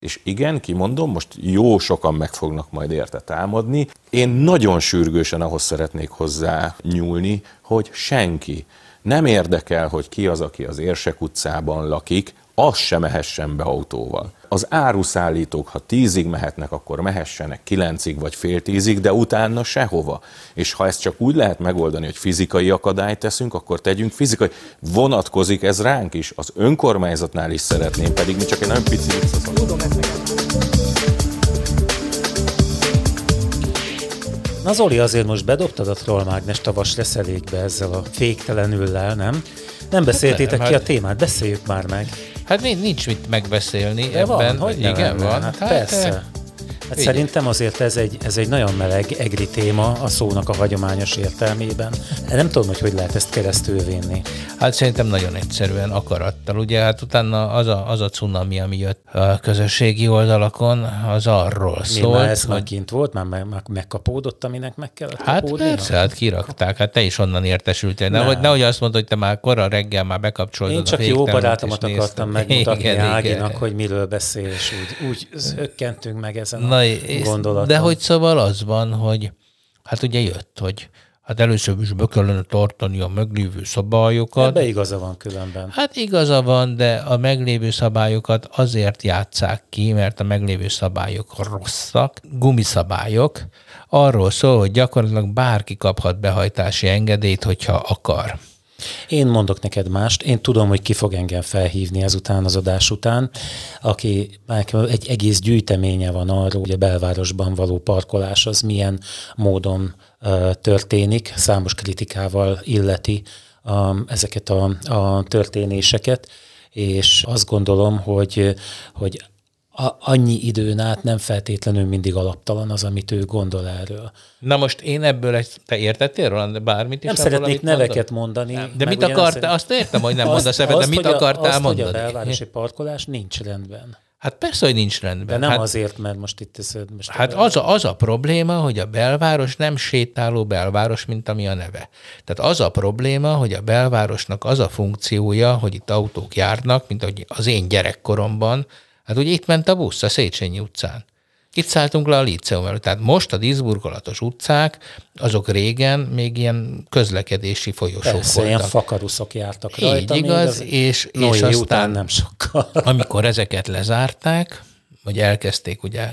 És igen, kimondom, most jó sokan meg fognak majd érte támadni. Én nagyon sürgősen ahhoz szeretnék hozzá nyúlni, hogy senki nem érdekel, hogy ki az, aki az Érsek utcában lakik, az se mehessen be autóval. Az áruszállítók, ha 10-ig mehetnek, akkor mehessenek 9-ig vagy fél 10-ig, de utána sehova. És ha ezt csak úgy lehet megoldani, hogy fizikai akadályt teszünk, akkor tegyünk fizikai. Vonatkozik ez ránk is, az önkormányzatnál is szeretném, pedig mi csak egy nagyon pici Tudom, Na Zoli, azért most bedobtad a trollmágnest a vasreszelékbe ezzel a féktelenüllel, nem? Nem beszéltétek ki a témát, beszéljük már meg. Hát nincs mit megbeszélni De ebben. Van, hogy igen, van. Hát persze. Hát szerintem azért ez egy nagyon meleg, egri téma a szónak a hagyományos értelmében. Nem tudom, hogy lehet ezt keresztül vinni. Hát szerintem nagyon egyszerűen akarattal. Ugye hát utána az a cunami, ami jött a közösségi oldalakon, az arról szólt. Már ez már kint volt? Már megkapódott, aminek meg kellett Hát kapódni? persze, hát kirakták. Hát te is onnan értesültél. Nehogy azt mondod, hogy te már korra reggel már bekapcsoltad Én csak a jó féktelenült, barátomat és akartam nézted. megmutatni Igen, Áginak, igen. hogy miről beszél, és úgy hökkentünk meg ezen a gondolaton. De hogy szóval az van, hogy hát ugye jött, hogy hát először is be kellene tartani a meglévő szabályokat. Ebbe igaza van különben. Hát igaza van, de a meglévő szabályokat azért játsszák ki, mert a meglévő szabályok rosszak, gumiszabályok. Arról szól, hogy gyakorlatilag bárki kaphat behajtási engedélyt, hogyha akar. Én mondok neked mást, én tudom, hogy ki fog engem felhívni ezután az adás után, aki egy egész gyűjteménye van arról, hogy a belvárosban való parkolás az milyen módon történik, számos kritikával illeti ezeket a történéseket, és azt gondolom, hogy annyi időn át nem feltétlenül mindig alaptalan az, amit ő gondol erről. Na most én ebből te értettél, Roland, bármit is? Nem szeretnék neveket mondani. De mit akartál? Azt értem, hogy nem mondasz ebben, de mit akartál mondani? Hogy a belvárosi parkolás nincs rendben. Hát persze, hogy nincs rendben. De nem azért, mert most itt teszed. Hát az a probléma, hogy a belváros nem sétáló belváros, mint ami a neve. Tehát az a probléma, hogy a belvárosnak az a funkciója, hogy itt autók járnak, mint ahogy az én gyerekkoromban. Hát ugye itt ment a busz a Széchenyi utcán. Itt szálltunk le a Líceum előtt. Tehát most a díszburkolatos utcák, azok régen még ilyen közlekedési folyosók Persze, voltak. ilyen fakaruszok jártak rajta. Így igaz, és aztán nem sokkal. amikor ezeket lezárták, vagy elkezdték ugye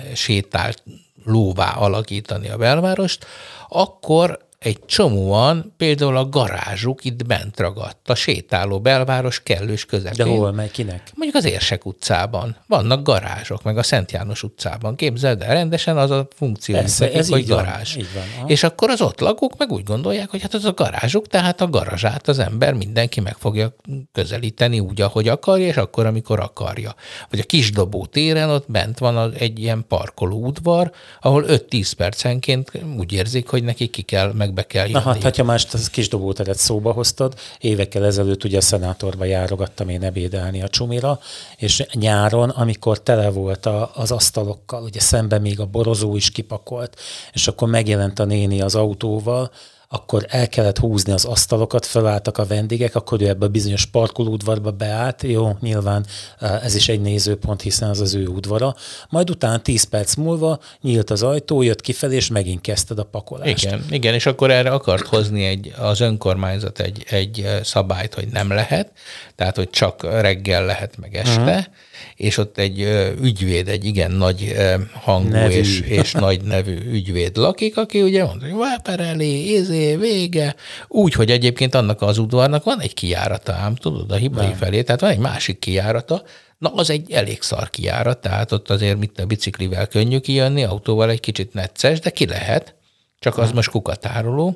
sétálóvá alakítani a belvárost, akkor egy csomóan, például a garázsuk itt bent ragadt, a sétáló belváros kellős közepén. De hol megy, kinek? Mondjuk az Érsek utcában. Vannak garázsok, meg a Szent János utcában. Képzeld el, rendesen az a funkció, hogy garázs. Így van. És akkor az ott lakók meg úgy gondolják, hogy hát az a garázsuk, tehát a garázsát az ember mindenki meg fogja közelíteni úgy, ahogy akarja, és akkor, amikor akarja. Vagy a Kisdobó téren ott bent van egy ilyen parkolóudvar, ahol 5-10 percenként úgy érzik, hogy neki ki kell, meg be kell jönni. Hát, ha más Kisdobóteret szóba hoztad, évekkel ezelőtt ugye a Szenátorba járogattam én ebédelni a Csumira, és nyáron, amikor tele volt az asztalokkal, ugye szemben még a borozó is kipakolt, és akkor megjelent a néni az autóval, akkor el kellett húzni az asztalokat, felálltak a vendégek, akkor ő ebbe a bizonyos parkolóudvarba beállt, jó, nyilván ez is egy nézőpont, hiszen az ő udvara, majd utána 10 perc múlva nyílt az ajtó, jött kifelé, és megint kezdted a pakolást. Igen, és akkor erre akart hozni az önkormányzat egy szabályt, hogy nem lehet, tehát, hogy csak reggel lehet, meg este, és ott egy ügyvéd, egy igen nagy hangú és nagy nevű ügyvéd lakik, aki ugye mondta, hogy vápereli, vége, úgy, hogy egyébként annak az udvarnak van egy kijárata, ám tudod, a Hibai felé, tehát van egy másik kijárata, na az egy elég szar kijárat, tehát ott azért a biciklivel könnyű kijönni, autóval egy kicsit necces, de ki lehet, csak az most kukatároló,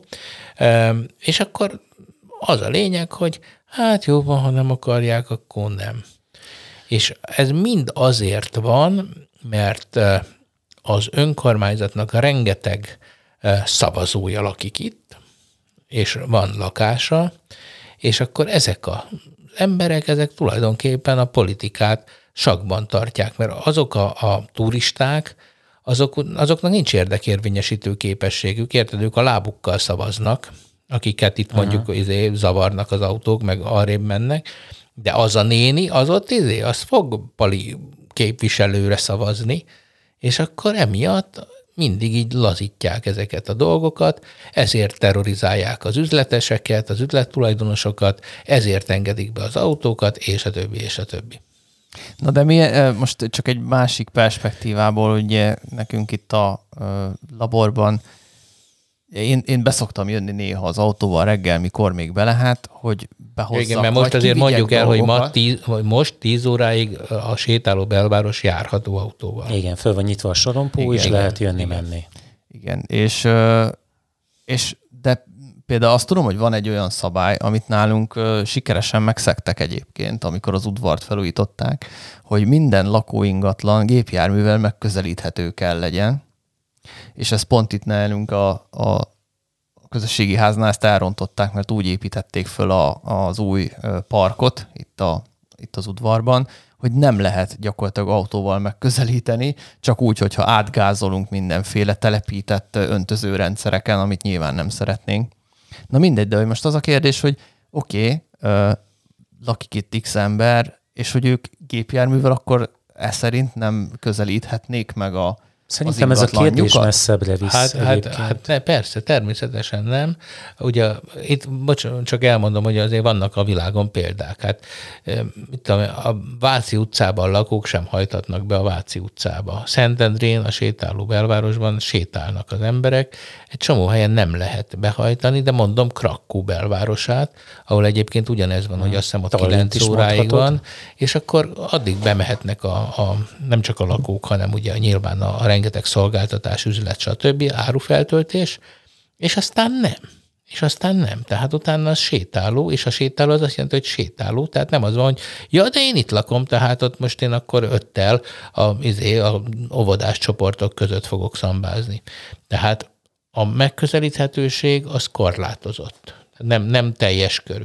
és akkor az a lényeg, hogy hát jó van, ha nem akarják, akkor nem. És ez mind azért van, mert az önkormányzatnak rengeteg szavazója lakik itt, és van lakása, és akkor ezek az emberek, ezek tulajdonképpen a politikát sakban tartják, mert azok a turisták, azoknak nincs érdekérvényesítő képességük, érted, ők a lábukkal szavaznak, akiket itt mondjuk zavarnak az autók, meg arrébb mennek, de az a néni, az ott az fog képviselőre szavazni, és akkor emiatt mindig így lazítják ezeket a dolgokat, ezért terrorizálják az üzleteseket, az üzlettulajdonosokat, ezért engedik be az autókat, és a többi, és a többi. Na de mi most csak egy másik perspektívából, ugye nekünk itt a laborban, én beszoktam jönni néha az autóval reggel, mikor még be lehet, hogy behozzak. Igen, mert most azért mondjuk el, hogy most 10 óráig a sétáló belváros járható autóval. Igen, föl van nyitva a sorompó, és lehet jönni-menni. Igen, és de például azt tudom, hogy van egy olyan szabály, amit nálunk sikeresen megszegtek egyébként, amikor az udvart felújították, hogy minden lakóingatlan gépjárművel megközelíthető kell legyen, és ez pont itt nálunk a közösségi háznál ezt elrontották, mert úgy építették föl az új parkot itt az udvarban, hogy nem lehet gyakorlatilag autóval megközelíteni, csak úgy, hogyha átgázolunk mindenféle telepített öntözőrendszereken, amit nyilván nem szeretnénk. Na mindegy, de hogy most az a kérdés, hogy oké, lakik itt X ember, és hogy ők gépjárművel akkor szerint nem közelíthetnék meg Szerintem ez a kérdés messzebbre visz. Hát persze, természetesen nem. Ugye itt, csak elmondom, hogy azért vannak a világon példák. Hát itt a Váci utcában lakók sem hajtatnak be a Váci utcába. Szentendrén, a sétáló belvárosban sétálnak az emberek. Egy csomó helyen nem lehet behajtani, de mondom Krakkó belvárosát, ahol egyébként ugyanez van, hogy azt hiszem ott 9 óráig van, és akkor addig bemehetnek nem csak a lakók, hanem ugye nyilván a rengeteg szolgáltatás, üzlet, stb., árufeltöltés, és aztán nem. Tehát utána az sétáló, és a sétáló az azt jelenti, hogy sétáló, tehát nem az van, hogy ja, de én itt lakom, tehát ott most én akkor 5-tel a óvodás csoportok között fogok szambázni. Tehát a megközelíthetőség az korlátozott. Nem teljes körű.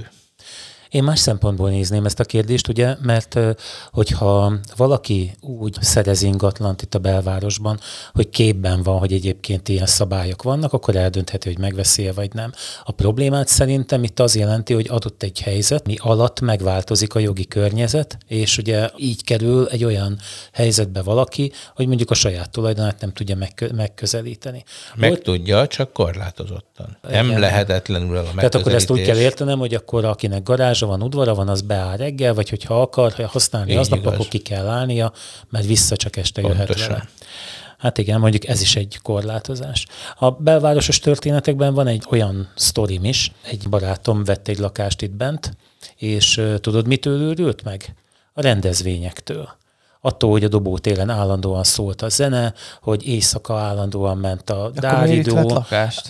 Én más szempontból nézném ezt a kérdést, ugye, mert hogyha valaki úgy szerez ingatlant itt a belvárosban, hogy képben van, hogy egyébként ilyen szabályok vannak, akkor eldöntheti, hogy megveszi-e vagy nem. A problémát szerintem itt az jelenti, hogy adott egy helyzet, mi alatt megváltozik a jogi környezet, és ugye így kerül egy olyan helyzetbe valaki, hogy mondjuk a saját tulajdonát nem tudja megközelíteni. Tudja, csak korlátozottan. Nem lehetetlenül a megközelítés. Tehát akkor ezt úgy kell értenem, hogy akkor akinek garázsa van, udvara van, az beáll reggel, vagy hogyha akar használni aznap, akkor ki kell állnia, mert vissza csak este jöhet vele. Hát igen, mondjuk ez is egy korlátozás. A belvárosos történetekben van egy olyan sztorim is, egy barátom vett egy lakást itt bent, és tudod, mitől őrült meg? A rendezvényektől. Attól, hogy a dobótéren állandóan szólt a zene, hogy éjszaka állandóan ment a dáridó. Akkor lakást?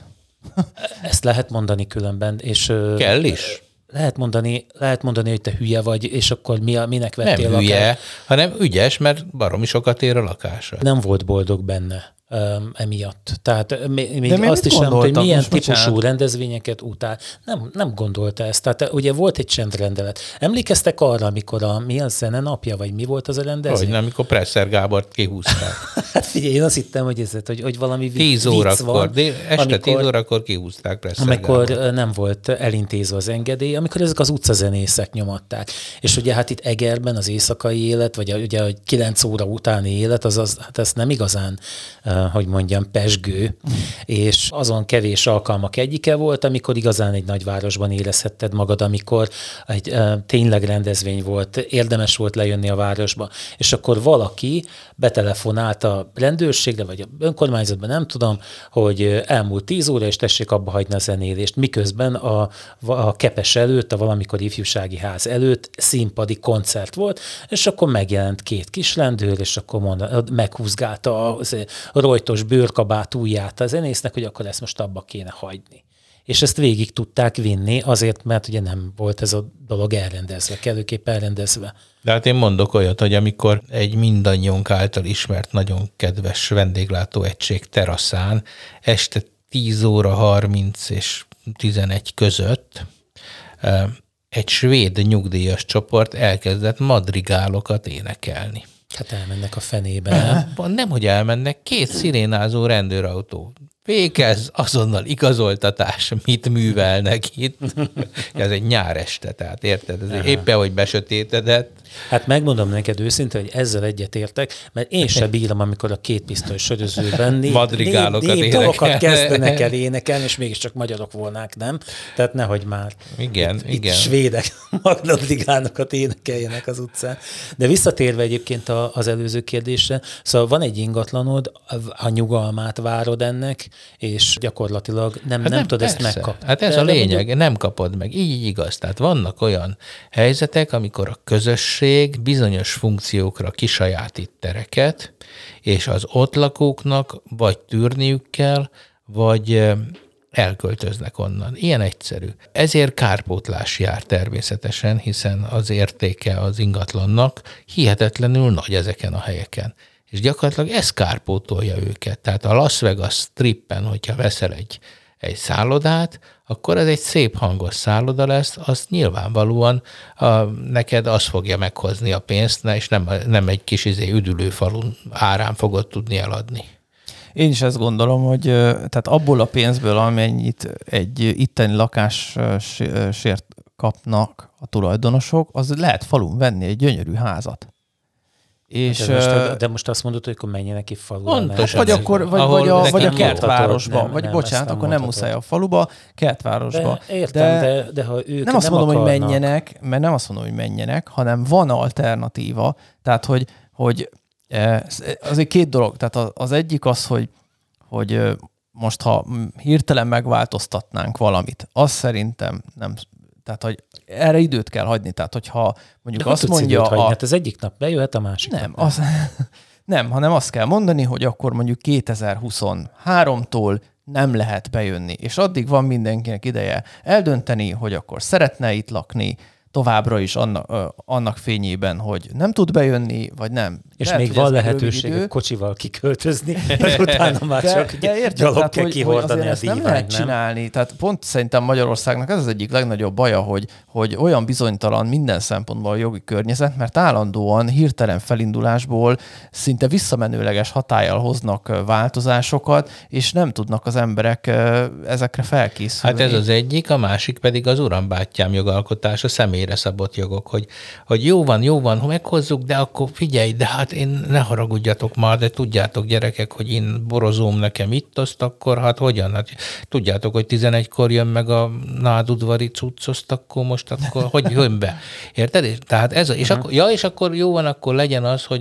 Ezt lehet mondani különben. És kell is. Lehet mondani, hogy te hülye vagy, és akkor minek vettél lakást? Nem hülye, hanem ügyes, mert baromi sokat ér a lakása. Nem volt boldog benne emiatt. Tehát még azt is nem, hogy milyen típusú rendezvényeket utál. Nem gondolta ezt. Tehát ugye volt egy csendrendelet. Emlékeztek arra, amikor mi a zene napja, vagy mi volt az a rendezvény? Hogy nem, amikor Presser Gábort kihúzták. Hát figyelj, én azt hittem, hogy valami 10 órakor, este 10 órakor kihúzták Presser Amikor Gábort. Nem volt elintézve az engedély, amikor ezek az utcazenészek nyomatták. És ugye hát itt Egerben az éjszakai élet, vagy ugye a 9 óra utáni élet, hát ez nem igazán hogy mondjam, pezsgő, és azon kevés alkalmak egyike volt, amikor igazán egy nagyvárosban érezhetted magad, amikor egy tényleg rendezvény volt, érdemes volt lejönni a városba, és akkor valaki betelefonált a rendőrségre, vagy a önkormányzatban, nem tudom, hogy elmúlt 10 óra, és tessék abba hagyni a zenélést, miközben a Kepes előtt, a valamikor ifjúsági ház előtt színpadi koncert volt, és akkor megjelent 2 kis rendőr, és akkor meghúzgálta a rojtos bőrkabát ujját a zenésznek, hogy akkor ezt most abba kéne hagyni. És ezt végig tudták vinni azért, mert ugye nem volt ez a dolog elrendezve, kellőképp elrendezve. De hát én mondok olyat, hogy amikor egy mindannyiunk által ismert, nagyon kedves vendéglátóegység teraszán este 10 óra 30 és 11 között egy svéd nyugdíjas csoport elkezdett madrigálokat énekelni. Hát elmennek a fenébe. Nem, hogy elmennek, 2 szirénázó rendőrautó fékezz, azonnal igazoltatás, mit művelnek itt. Ez egy nyáreste, tehát érted? Ez éppen, hogy besötétedett. Hát megmondom neked őszintén, hogy ezzel egyetértek, mert én sem bírom, amikor a két pisztoly sörözőben madrigálokat dalokat kezdenek el énekelni, és mégiscsak magyarok volnák, nem? Tehát nehogy már igen. Itt svédek madrigálokat énekeljenek az utcán. De visszatérve egyébként az előző kérdésre, szóval van egy ingatlanod, a nyugalmát várod ennek, és gyakorlatilag nem tudod ezt megkapni. Hát ez a lényeg, nem kapod meg. Így igaz. Tehát vannak olyan helyzetek, amikor a közösség bizonyos funkciókra kisajátít tereket, és az ott lakóknak vagy tűrniük kell, vagy elköltöznek onnan. Ilyen egyszerű. Ezért kárpótlás jár természetesen, hiszen az értéke az ingatlannak hihetetlenül nagy ezeken a helyeken. És gyakorlatilag ez kárpótolja őket. Tehát a Las Vegas Strippen, hogyha veszel egy szállodát, akkor ez egy szép hangos szálloda lesz, azt nyilvánvalóan neked az fogja meghozni a pénzt, és nem egy kis üdülőfalun árán fogod tudni eladni. Én is ezt gondolom, hogy tehát abból a pénzből, amennyit egy itteni lakásért kapnak a tulajdonosok, az lehet falun venni egy gyönyörű házat. És, de most azt mondod, hogy akkor menjenek ki faluba. Vagy a kertvárosba. Akkor nem muszáj a faluba, kertvárosba. De ha ők nem azt mondom, akarnak. hogy menjenek, mert nem azt mondom, hogy menjenek, hanem van alternatíva. Tehát, hogy azért két dolog. Tehát az egyik az, hogy most ha hirtelen megváltoztatnánk valamit, az szerintem nem... Tehát, hogy erre időt kell hagyni. Tehát, hogyha mondjuk de azt mondja... Hát az egyik nap bejöhet, a másik nem, nap nem, hanem azt kell mondani, hogy akkor mondjuk 2023-tól nem lehet bejönni. És addig van mindenkinek ideje eldönteni, hogy akkor szeretne itt lakni, továbbra is annak fényében, hogy nem tud bejönni, vagy nem. És lehet, még van lehetőség kocsival kiköltözni, utána már csak gyalog kell kihordani a díványt. Nem lehet csinálni. Tehát pont szerintem Magyarországnak ez az egyik legnagyobb baja, hogy olyan bizonytalan minden szempontból a jogi környezet, mert állandóan hirtelen felindulásból szinte visszamenőleges hatállyal hoznak változásokat, és nem tudnak az emberek ezekre felkészülni. Hát ez az egyik, a másik pedig az urambátyám jogalkotása, személyre szabott jogok, hogy jó van, meghozzuk, de akkor figyelj, de hát én ne haragudjatok már, de tudjátok gyerekek, hogy én borozóm nekem itt, azt akkor hát hogyan? Hát tudjátok, hogy 11-kor jön meg a nádudvari cuccoszt, akkor most akkor hogy jön be? Érted? Tehát ez, és akkor jó van, akkor legyen az, hogy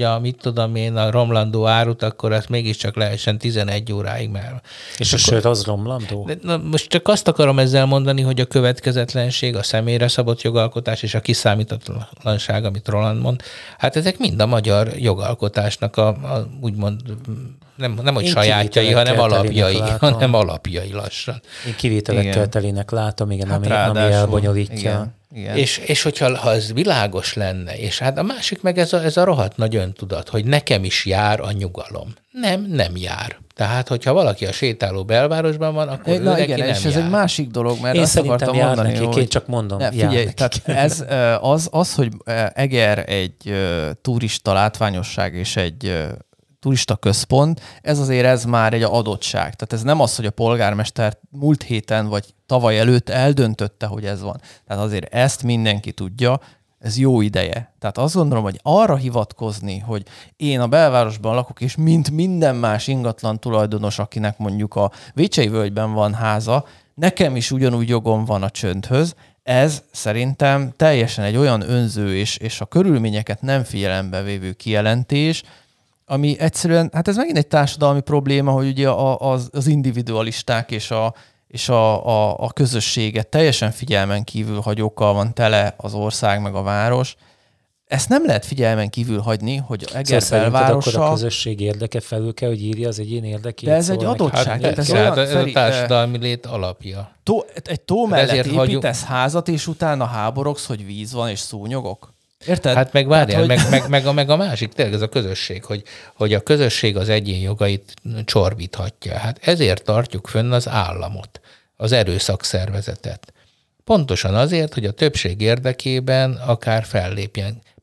a romlandó árut, akkor ezt mégiscsak lehessen 11 óráig, mert... És a sör az romlandó? Most csak azt akarom ezzel mondani, hogy a következetlenség, a személyre szabott jogalkotás és a kiszámítatlanság, amit Roland mond, hát ezek mind a magyar jogalkotásnak a úgymond nem hogy sajátjai, hanem alapjai lassan. Én kivételekkel telének látom, igen, hát ami elbonyolítja. Igen. És hogyha ez világos lenne, és hát a másik meg ez a rohadt nagy öntudat, hogy nekem is jár a nyugalom. Nem jár. Tehát, hogyha valaki a sétáló belvárosban van, akkor ő neki nem és ez jár. egy másik dolog, mert én azt akartam mondani, nekik, hogy... Én csak mondom, figyelj, tehát ez az, hogy Eger egy turista látványosság és egy turista központ, ez már egy adottság. Tehát ez nem az, hogy a polgármester múlt héten vagy tavaly előtt eldöntötte, hogy ez van. Tehát azért ezt mindenki tudja, ez jó ideje. Tehát azt gondolom, hogy arra hivatkozni, hogy én a belvárosban lakok, és mint minden más ingatlan tulajdonos, akinek mondjuk a Vécsei völgyben van háza, nekem is ugyanúgy jogom van a csöndhöz, ez szerintem teljesen egy olyan önző és a körülményeket nem figyelembe vévő kijelentés, ami egyszerűen, hát ez megint egy társadalmi probléma, hogy ugye az individualisták és a közösséget teljesen figyelmen kívül hagyókkal van tele az ország meg a város. Ezt nem lehet figyelmen kívül hagyni, hogy Eger belvárosa... Akkor a közösség érdeke felül kell, hogy írja az egyén érdekét. De ez egy adottság. Ez a társadalmi lét alapja. Egy tó mellett építesz házat, és utána háborogsz, hogy víz van és szúnyogok? Érted? Hát meg várjál, meg a másik, tényleg ez a közösség, hogy a közösség az egyén jogait csorbíthatja. Hát ezért tartjuk fönn az államot, az erőszakszervezetet. Pontosan azért, hogy a többség érdekében akár fellépjen.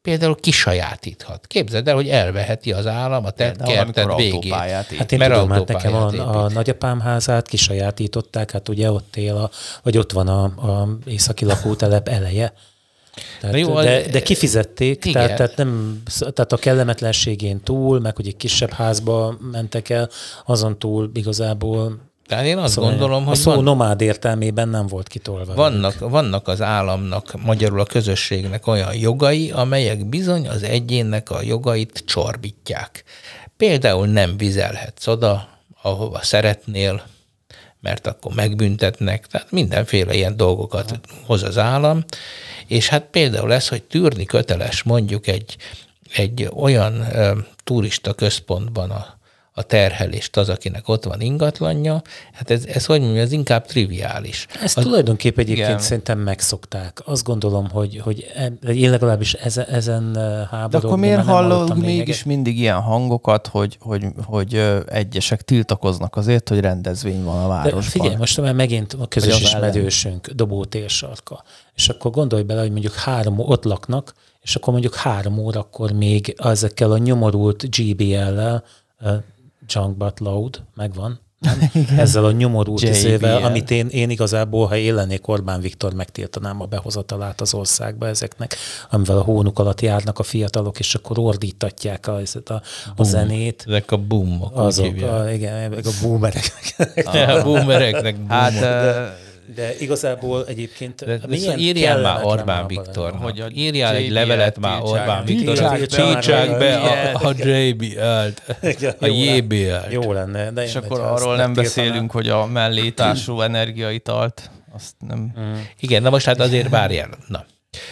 például kisajátíthat. Képzeld el, hogy elveheti az állam a te kerted végét. Hát én tudom, hát nekem a nagyapám házát kisajátították, hát ugye ott él, vagy ott van a északi lakótelep eleje. Tehát, jó, de kifizették, tehát a kellemetlenségén túl, meg hogy egy kisebb házba mentek el, azon túl igazából. Tehát én azt gondolom, hogy a szó nomád értelmében nem volt kitolva. Vannak az államnak, magyarul a közösségnek olyan jogai, amelyek bizony az egyénnek a jogait csorbítják. Például nem vizelhetsz oda, ahova szeretnél, mert akkor megbüntetnek, tehát mindenféle ilyen dolgokat hoz az állam, és hát például ez, hogy tűrni köteles mondjuk egy olyan turista központban a terhelést az, akinek ott van ingatlanja, hát ez hogy mondjam, ez inkább triviális. Ezt tulajdonképpen egyébként szerintem megszokták. Azt gondolom, hogy én legalábbis ezen háborúban. De akkor miért hallunk mégis mindig ilyen hangokat, hogy egyesek tiltakoznak azért, hogy rendezvény van a városban? De figyelj, most már megint a közös ismerősünk, Dobó térsarka. És akkor gondolj bele, hogy mondjuk 3 ott laknak, és akkor mondjuk 3 órakor még ezekkel a nyomorult GBL-lel, Junk But Loud, megvan. Ezzel a nyomorult izével, amit én igazából, ha én lennék Orbán Viktor, megtiltanám a behozatalát az országba ezeknek, amivel a hónuk alatt járnak a fiatalok, és akkor ordítatják a zenét. Ezek a boomok. Azok, igen, a boomereknek. A boomereknek boomok. De igazából egyébként... Írjál már Orbán Viktor. Írjál egy levelet már Orbán Viktor. Tiltsák be a JBL-t, a JBL-t. Jó lenne. De és akkor arról nem beszélünk, hogy a mellétású energiaitalt, azt nem... Igen, na most hát azért várjál. Na.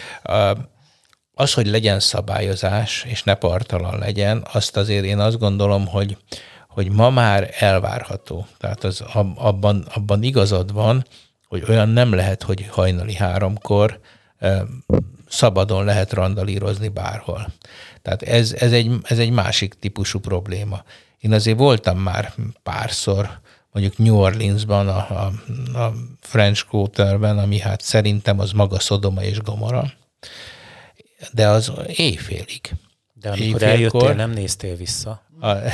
Az, hogy legyen szabályozás, és ne partalan legyen, azt azért én azt gondolom, hogy ma már elvárható. Tehát abban igazad van, hogy olyan nem lehet, hogy hajnali 3-kor szabadon lehet randalírozni bárhol. Tehát ez egy másik típusú probléma. Én azért voltam már párszor, mondjuk New Orleansban, a French Quarterben, ami hát szerintem az maga Szodoma és Gomorra, de az éjfélig. De amikor eljöttél, nem néztél vissza?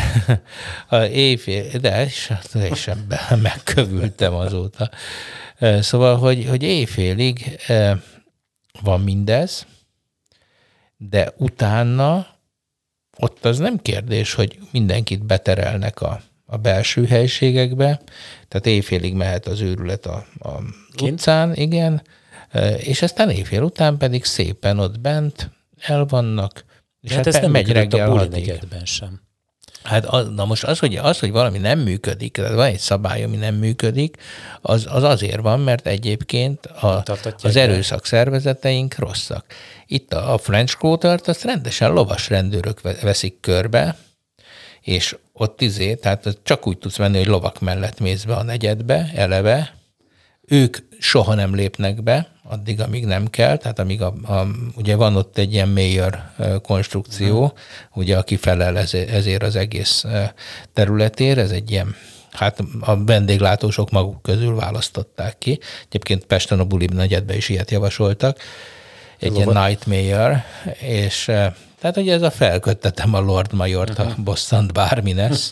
Éjfél, de és megkövültem azóta. Szóval, hogy éjfélig van mindez, de utána ott az nem kérdés, hogy mindenkit beterelnek a belső helységekbe, tehát éjfélig mehet az őrület a utcán, igen, és aztán éjfél után pedig szépen ott bent elvannak, és hát ez nem megy reggel a bulinegedben sem. Hát na most az, hogy valami nem működik, tehát van egy szabály, ami nem működik, az azért van, mert egyébként az erőszak szervezeteink rosszak. Itt a French Quartert azt rendesen lovas rendőrök veszik körbe, és ott tehát csak úgy tudsz menni, hogy lovak mellett mész be a negyedbe, eleve. Ők soha nem lépnek be, addig, amíg nem kell, tehát amíg ugye van ott egy ilyen mayor konstrukció, ugye, aki felel ezért az egész területér, ez egy ilyen, hát a vendéglátósok maguk közül választották ki. Egyébként Pesten a buli negyedben is ilyet javasoltak, egy ilyen night mayor, és tehát ugye ez a felköttetem a Lord Mayort, ha bosszant bármi lesz,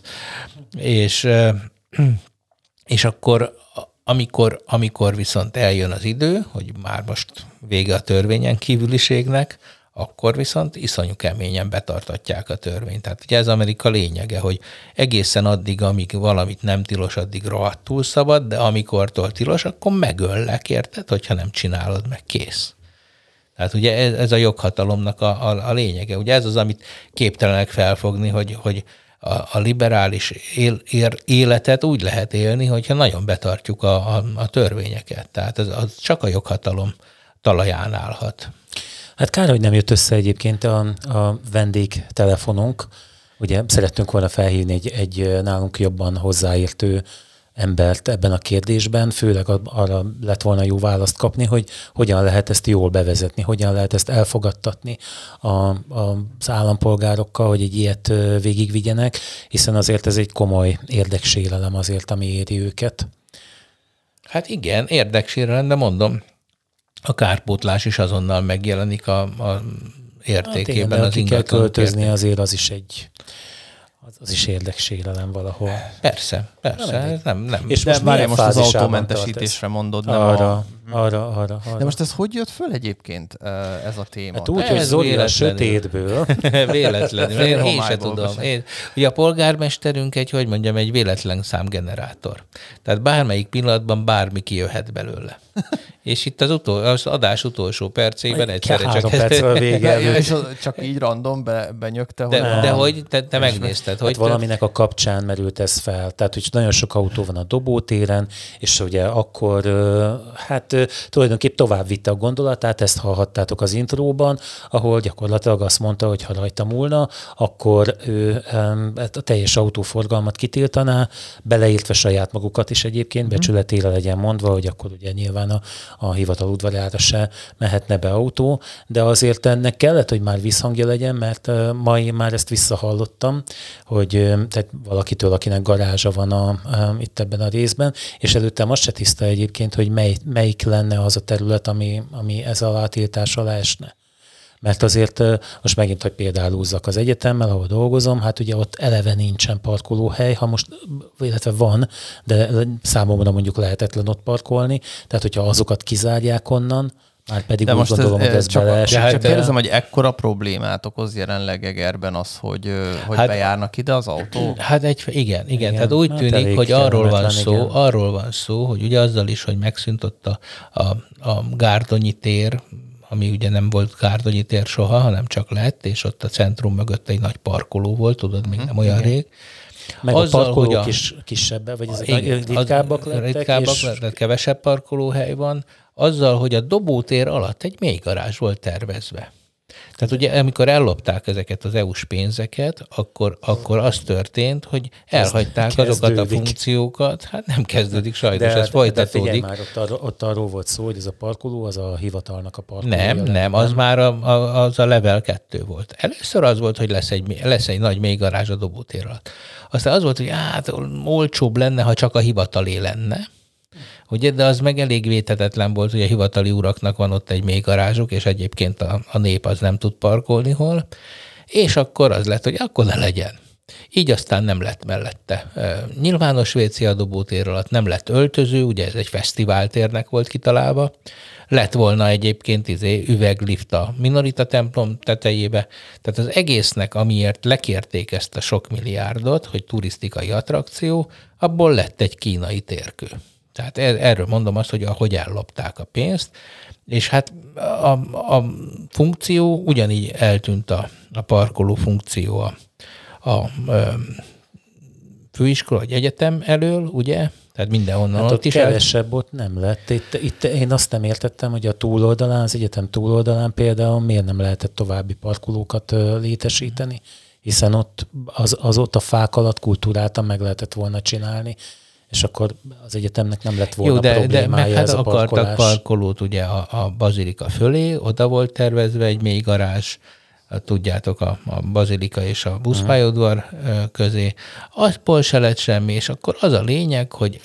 és akkor amikor viszont eljön az idő, hogy már most vége a törvényen kívüliségnek, akkor viszont iszonyú keményen betartatják a törvényt. Tehát ugye ez Amerika lényege, hogy egészen addig, amíg valamit nem tilos, addig rohadtul szabad, de amikortól tilos, akkor megöllek, érted, hogyha nem csinálod, meg kész. Tehát ugye ez a joghatalomnak a lényege. Ugye ez az, amit képtelenek felfogni, hogy a liberális életet úgy lehet élni, hogyha nagyon betartjuk a törvényeket. Tehát az csak a joghatalom talaján állhat. Hát kár, hogy nem jött össze egyébként a vendégtelefonunk. Ugye szerettünk volna felhívni egy nálunk jobban hozzáértő embert ebben a kérdésben, főleg arra lett volna jó választ kapni, hogy hogyan lehet ezt jól bevezetni, hogyan lehet ezt elfogadtatni az állampolgárokkal, hogy egy ilyet végigvigyenek, hiszen azért ez egy komoly érdeksérelem azért, ami éri őket. Hát igen, érdeksérelem, de mondom, a kárpótlás is azonnal megjelenik értékében hát az ki kell ingatlanok költözni, érték. azért az is érdeksérelem valahol. Persze. Nem. És De most várjál, milyen most az fázisában autómentesítésre mondod, nem Arra. De most ez hogy jött föl egyébként ez a téma? Hát úgy, hogy Ez Zoli a véletlenül. sötétből. Véletlenül. Én se Homályból tudom. köszön. Ugye a polgármesterünk egy véletlen számgenerátor. Tehát bármelyik pillanatban bármi kijöhet belőle. És itt az adás utolsó percében egyszerre 3 csak... percről vége. És csak így random benyögte, hogy... De hogy te megnézted, hogy... Hát valaminek a kapcsán merült ez fel. Tehát, hogy nagyon sok autó van a dobótéren, és ugye akkor tulajdonképp tovább vitte a gondolatát, ezt hallhattátok az intróban, ahol gyakorlatilag azt mondta, hogy ha rajta múlna, akkor ő a teljes autóforgalmat kitiltaná, beleértve saját magukat is egyébként, becsületére legyen mondva, hogy akkor ugye nyilván a hivatal udvarára se mehetne be autó, de azért ennek kellett, hogy már visszhangja legyen, mert ma én már ezt visszahallottam, hogy tehát valakitől, akinek garázsa van itt ebben a részben, és előttem azt se tiszta egyébként, hogy melyik lenne az a terület, ami ez alá tiltás alá esne. Mert azért most megint, hogy példálúzzak az egyetemmel, ahol dolgozom, hát ugye ott eleve nincsen parkolóhely, ha most, illetve van, de számomra mondjuk lehetetlen ott parkolni, tehát hogyha azokat kizárják onnan, már pedig de úgy most gondolom, hogy ez beleesik. Csak kérdezem, hogy ekkora problémát okoz jelenleg Egerben az, hogy bejárnak ide az autók? Hát igen. Tehát úgy hát tűnik, elég hogy arról kellemetlen, van szó, hogy ugye azzal is, hogy megszűnt ott a Gárdonyi tér, ami ugye nem volt Gárdonyi tér soha, hanem csak lett, és ott a centrum mögött egy nagy parkoló volt, tudod, még nem olyan rég. Meg azzal, a parkolók is kisebbek, vagy ezek ritkábbak lettek, tehát kevesebb parkolóhely van, azzal, hogy a dobótér alatt egy mélygarázs volt tervezve. Tehát ugye, amikor ellopták ezeket az EU-s pénzeket, akkor az történt, hogy elhagyták azokat a funkciókat. Hát nem kezdődik sajnos, ez folytatódik. De figyelj már, ott arról volt szó, hogy ez a parkoló, az a hivatalnak a parkolója. Nem, az már az a level 2 volt. Először az volt, hogy lesz egy nagy mélygarázs a dobótér alatt. Aztán az volt, hogy olcsóbb lenne, ha csak a hivatalé lenne. Ugye, de az meg elég vétetetlen volt, hogy a hivatali uraknak van ott egy mélygarázsuk, és egyébként a nép az nem tud parkolni hol, és akkor az lett, hogy akkor ne legyen. Így aztán nem lett mellette nyilvános WC a dobótér alatt, nem lett öltöző, ugye ez egy fesztiváltérnek volt kitalálva, lett volna egyébként üveglift a Minorita templom tetejébe, tehát az egésznek, amiért lekérték ezt a sok milliárdot, hogy turisztikai attrakció, abból lett egy kínai térkő. Tehát erről mondom azt, hogy ahogy ellopták a pénzt, és hát a funkció ugyanígy eltűnt a parkoló funkció a főiskola vagy egyetem elől, ugye? Tehát mindenhonnan hát ott is. Kevesebb ott nem lett. Itt én azt nem értettem, hogy a túloldalán, az egyetem túloldalán például miért nem lehetett további parkolókat létesíteni, hiszen ott ott a fák alatt kultúráltan meg lehetett volna csinálni, és akkor az egyetemnek nem lett volna problémája meg ez a parkolás. akartak parkolót ugye a bazilika fölé, oda volt tervezve egy mély garázs, tudjátok, a bazilika és a buszpályaudvar közé. Azból se lett semmi, és akkor az a lényeg, hogy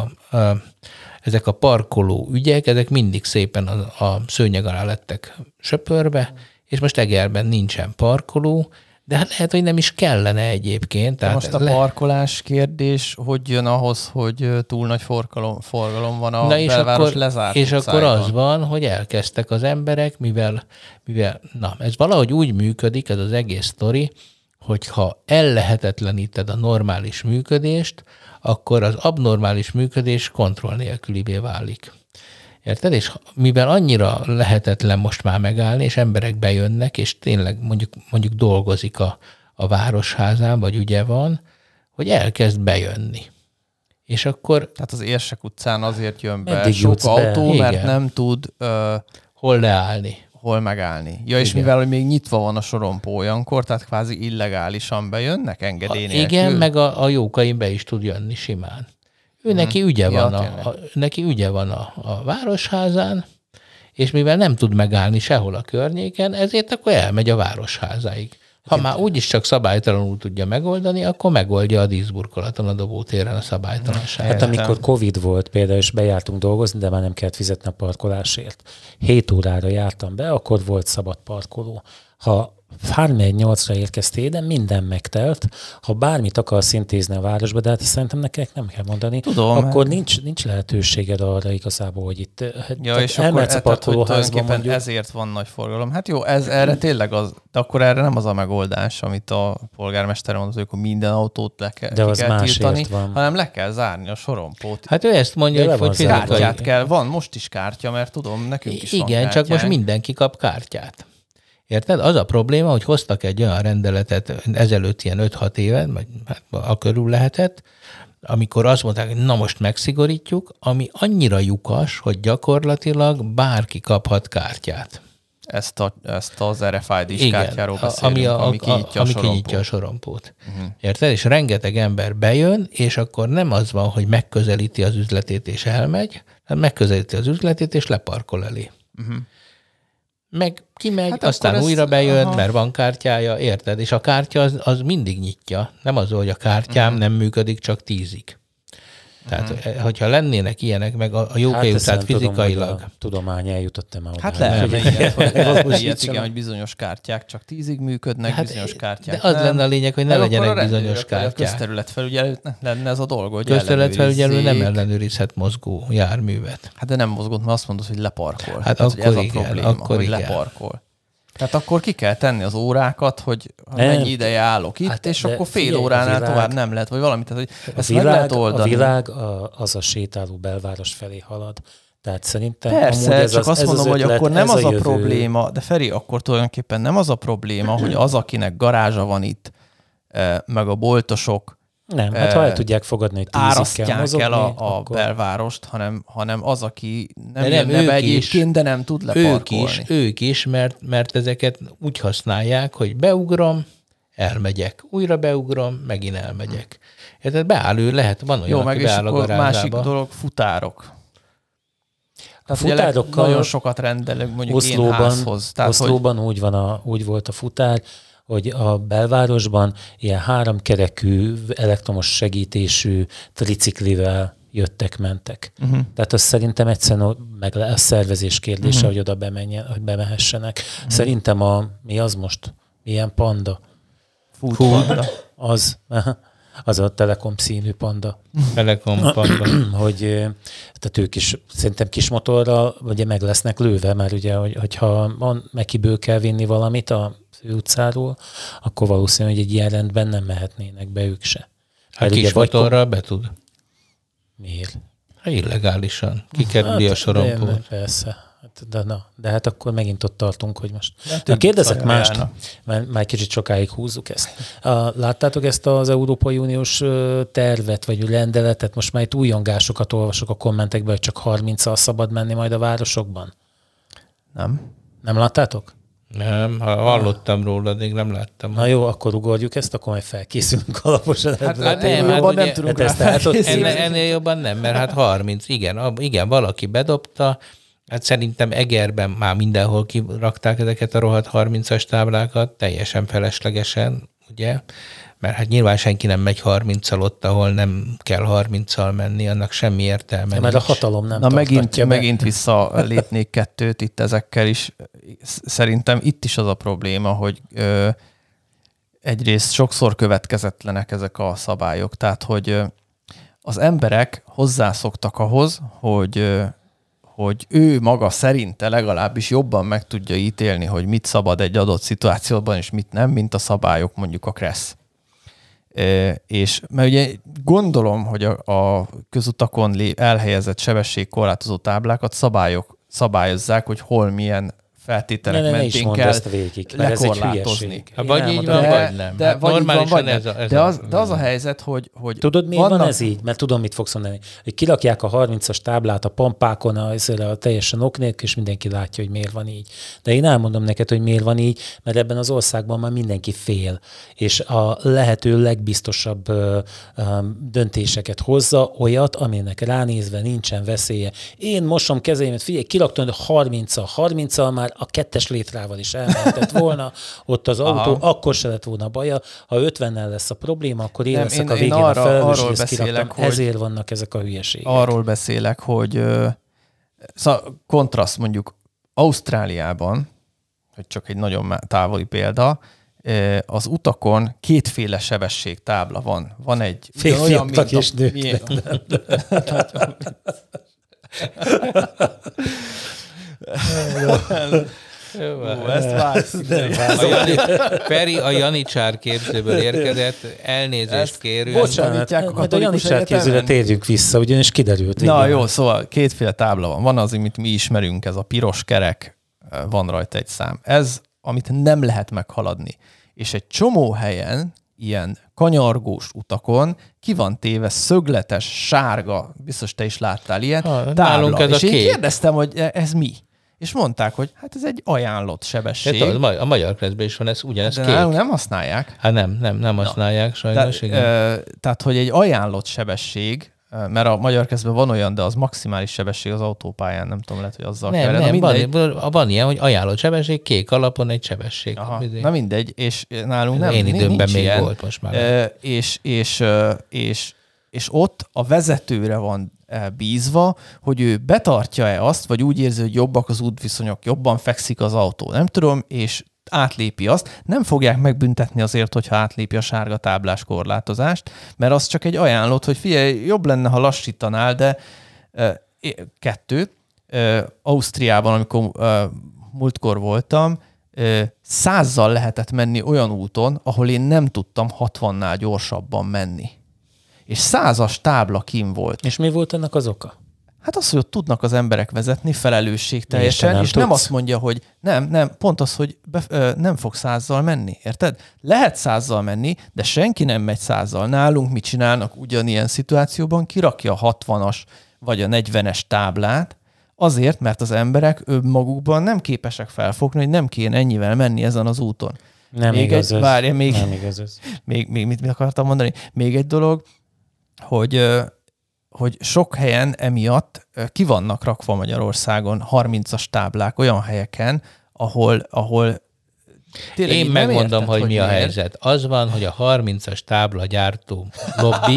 ezek a parkoló ügyek, ezek mindig szépen a szőnyeg alá lettek söpörve, és most Egerben nincsen parkoló, de hát lehet, hogy nem is kellene egyébként. Tehát most a parkolás kérdés, hogy jön ahhoz, hogy túl nagy forgalom van a belváros lezárt és akkor az van, hogy elkezdtek az emberek, mivel ez valahogy úgy működik, ez az egész sztori, hogyha ellehetetleníted a normális működést, akkor az abnormális működés kontroll nélkülivé válik. Érted? És mivel annyira lehetetlen most már megállni, és emberek bejönnek, és tényleg mondjuk dolgozik a városházán, vagy ugye van, hogy elkezd bejönni. És akkor... Tehát az Érsek utcán azért jön be Meddig sok autó, mert igen, nem tud... hol leállni. Hol megállni. Ja, és mivel hogy még nyitva van a sorompó olyankor, tehát kvázi illegálisan bejönnek engedély nélkül. Igen, meg a Jókain be is tud jönni simán. Neki ügye van a városházán, és mivel nem tud megállni sehol a környéken, ezért akkor elmegy a városházáig. Ha már úgyis csak szabálytalanul tudja megoldani, akkor megoldja a díszburkolaton a dobótéren a szabálytalanságot. Hát amikor Covid volt például, és bejártunk dolgozni, de már nem kellett fizetni a parkolásért. 7 órára jártam be, akkor volt szabad parkoló. Ha 3-8-ra érkeztél ide, minden megtelt. Ha bármit akarsz intézni a városba, de hát szerintem neked nem kell mondani, Tudom, akkor nincs lehetőséged arra igazából, hogy itt és elmehetsz a akkor parkolóházba mondjuk. Ezért van nagy forgalom. Hát jó, erre tényleg az, de akkor erre nem az a megoldás, amit a polgármester mondott, hogy akkor minden autót de az kell tiltani, van. hanem le kell zárni a sorompót. Hát ő ezt mondja, hogy kártyát kell. Van most is kártya, mert tudom, nekünk is van igen, csak most mindenki kap kártyát. Érted? Az a probléma, hogy hoztak egy olyan rendeletet ezelőtt ilyen 5-6 éve, vagy hát a körül lehetett, amikor azt mondták, hogy na most megszigorítjuk, ami annyira lyukas, hogy gyakorlatilag bárki kaphat kártyát. Ezt az RFID-s kártyáról beszélünk, ami kinyitja a sorompót. Érted? És rengeteg ember bejön, és akkor nem az van, hogy megközelíti az üzletét és elmegy, hanem megközelíti az üzletét és leparkol elé. Meg kimegy, hát aztán újra bejön, mert van kártyája, érted? És a kártya az mindig nyitja. Nem az, hogy a kártyám nem működik csak 10-ig. Tehát, hogyha lennének ilyenek, meg a jókai utcát fizikailag. Tudom, a tudomány eljutott már. Hát lehet, igen, hogy bizonyos kártyák csak 10-ig működnek, bizonyos kártyák de az lenne a lényeg, hogy ne legyenek bizonyos kártyák. A közterületfelügyelőnek lenne ez a dolga, hogy közterületfelügyelő nem ellenőrizhet mozgó járművet. Hát de nem mozgott, mert azt mondod, hogy leparkol. Hát tehát, akkor ez igen, a probléma, akkor hogy igen. leparkol. Tehát akkor ki kell tenni az órákat, hogy mennyi ideje állok itt, és akkor fél óránál tovább nem lehet, vagy valamit. Tehát, hogy ezt meg lehet oldani. A világ az a sétáló belváros felé halad. Tehát szerintem persze, csak azt mondom, hogy akkor nem az a probléma, de Feri, akkor tulajdonképpen nem az a probléma, hogy az, akinek garázsa van itt, meg a boltosok, nem, hát ha el tudják fogadni, hogy 10-ig kell mozogni, el a belvárost, hanem az, aki nem jönne be egyébként, de nem tud leparkolni. Ők is, mert ezeket úgy használják, hogy beugrom, elmegyek, újra beugrom, megint elmegyek. Tehát beáll lehet, van olyan, aki beáll a garázsába. Másik dolog, futárok. Tehát futárokkal nagyon sokat rendelünk mondjuk én házhoz. Oszlóban úgy volt a futár, hogy a belvárosban ilyen 3 kerekű, elektromos segítésű triciklivel jöttek-mentek. Tehát az szerintem egyszerűen a szervezés kérdése, hogy oda hogy bemehessenek. Szerintem mi az most? Milyen panda? Food panda. Az a Telekom színű panda. Telekom panda. Hogy tehát ők is szerintem kis motorral ugye meg lesznek lőve, mert ugye, hogyha Mekiből kell vinni valamit a utcáról, akkor valószínű, hogy egy ilyen rendben nem mehetnének be ők se. Hát kis motorral be tud. Miért? Hát illegálisan. Kikerüli a sorompót. Persze. De hát akkor megint ott tartunk, hogy most... Kérdezek mást, mert már kicsit sokáig húzzuk ezt. Láttátok ezt az Európai Uniós tervet, vagy rendeletet? Most már itt újongásokat olvasok a kommentekben, hogy csak 30-al szabad menni majd a városokban. Nem. Nem láttátok? Nem, ha hallottam róla, még nem láttam. Na jó, akkor ugorjuk ezt, akkor majd felkészülünk alaposan. Nem tudunk rá ennél jobban nem, mert hát 30, igen, valaki bedobta, hát szerintem Egerben már mindenhol kirakták ezeket a rohadt 30-as táblákat, teljesen feleslegesen, ugye? Mert hát nyilván senki nem megy 30-al ott, ahol nem kell 30-al menni, annak semmi értelme. Mert a hatalom nem megint visszalépnék 2 itt ezekkel is. Szerintem itt is az a probléma, hogy egyrészt sokszor következetlenek ezek a szabályok. Tehát, hogy az emberek hozzászoktak ahhoz, hogy ő maga szerinte legalábbis jobban meg tudja ítélni, hogy mit szabad egy adott szituációban, és mit nem, mint a szabályok, mondjuk a KRESZ. És mert ugye gondolom, hogy a közutakon elhelyezett sebességkorlátozó táblákat szabályozzák, hogy hol milyen feltételek mentén kell lekorlátozni. Vagy így van, vagy nem. De normálisan de az a helyzet, hogy tudod, miért van ez így? Mert tudom, mit fogsz mondani. Hogy kirakják a 30-as táblát a pampákon, a teljesen ok nélkül, és mindenki látja, hogy miért van így. De én elmondom neked, hogy miért van így, mert ebben az országban már mindenki fél, és a lehető legbiztosabb döntéseket hozza, olyat, aminek ránézve nincsen veszélye. Én mosom kezeimet, figyelj, kiraktam, hogy 30-al már a 2-es létrával is elmehetett volna ott az autó, akkor se lett volna baja. Ha 50-nel lesz a probléma, akkor én leszek a végén a felelős, hogy ezt kiraktam. Ezért vannak ezek a hülyeségek. Arról beszélek, hogy kontraszt mondjuk Ausztráliában, hogy csak egy nagyon távoli példa, az utakon kétféle sebességtábla van. Van egy... Férfiaknak és nőknek. Ezt vágsz. Feri a Janicsár képzőből érkezett, elnézést kérünk. Bocsánat, a Janicsár képzőre térjünk vissza, ugyanis kiderült. Na jó, szóval kétféle tábla van. Van az, amit mi ismerünk, ez a piros kerek, van rajta egy szám. Ez, amit nem lehet meghaladni. És egy csomó helyen, ilyen kanyargós utakon ki van téve szögletes, sárga, biztos te is láttál ilyet, tábla. Ez és a én kék. kérdeztem, hogy ez mi? És mondták, hogy hát ez egy ajánlott sebesség. A magyar preszben is van ez, ugyanez de kék. nem használják. Hát nem használják sajnos. Tehát, hogy egy ajánlott sebesség, mert a magyar kezdben van olyan, de az maximális sebesség az autópályán, nem tudom, lehet, hogy azzal kell. Van ilyen, hogy ajánlott sebesség, kék alapon egy sebesség. Aha, na mindegy, és nálunk nem. Én időmben még ilyen. volt most már. És ott a vezetőre van bízva, hogy ő betartja-e azt, vagy úgy érzi, hogy jobbak az útviszonyok, jobban fekszik az autó, nem tudom, és átlépi azt. Nem fogják megbüntetni azért, hogyha átlépi a sárga táblás korlátozást, mert az csak egy ajánlott, hogy figyelj, jobb lenne, ha lassítanál, de Ausztriában, amikor múltkor voltam, 100-zal lehetett menni olyan úton, ahol én nem tudtam 60-nál gyorsabban menni. És 100-as tábla kim volt. És mi volt ennek az oka? Hát az, hogy ott tudnak az emberek vezetni felelősségteljesen, és nem azt mondja, hogy nem, pont az, hogy nem fog 100-zal menni, érted? Lehet 100-zal menni, de senki nem megy 100-zal. Nálunk mit csinálnak ugyanilyen szituációban? Kirakja a 60-as vagy a 40-es táblát, azért, mert az emberek önmagukban nem képesek felfogni, hogy nem kéne ennyivel menni ezen az úton. Nem igaz ez. Várja, még mit akartam mondani? Még egy dolog, hogy sok helyen emiatt ki vannak rakva Magyarországon 30-as táblák olyan helyeken, ahol tényleg én megmondom, hogy mi a helyzet. Az van, hogy a 30-as táblagyártó lobby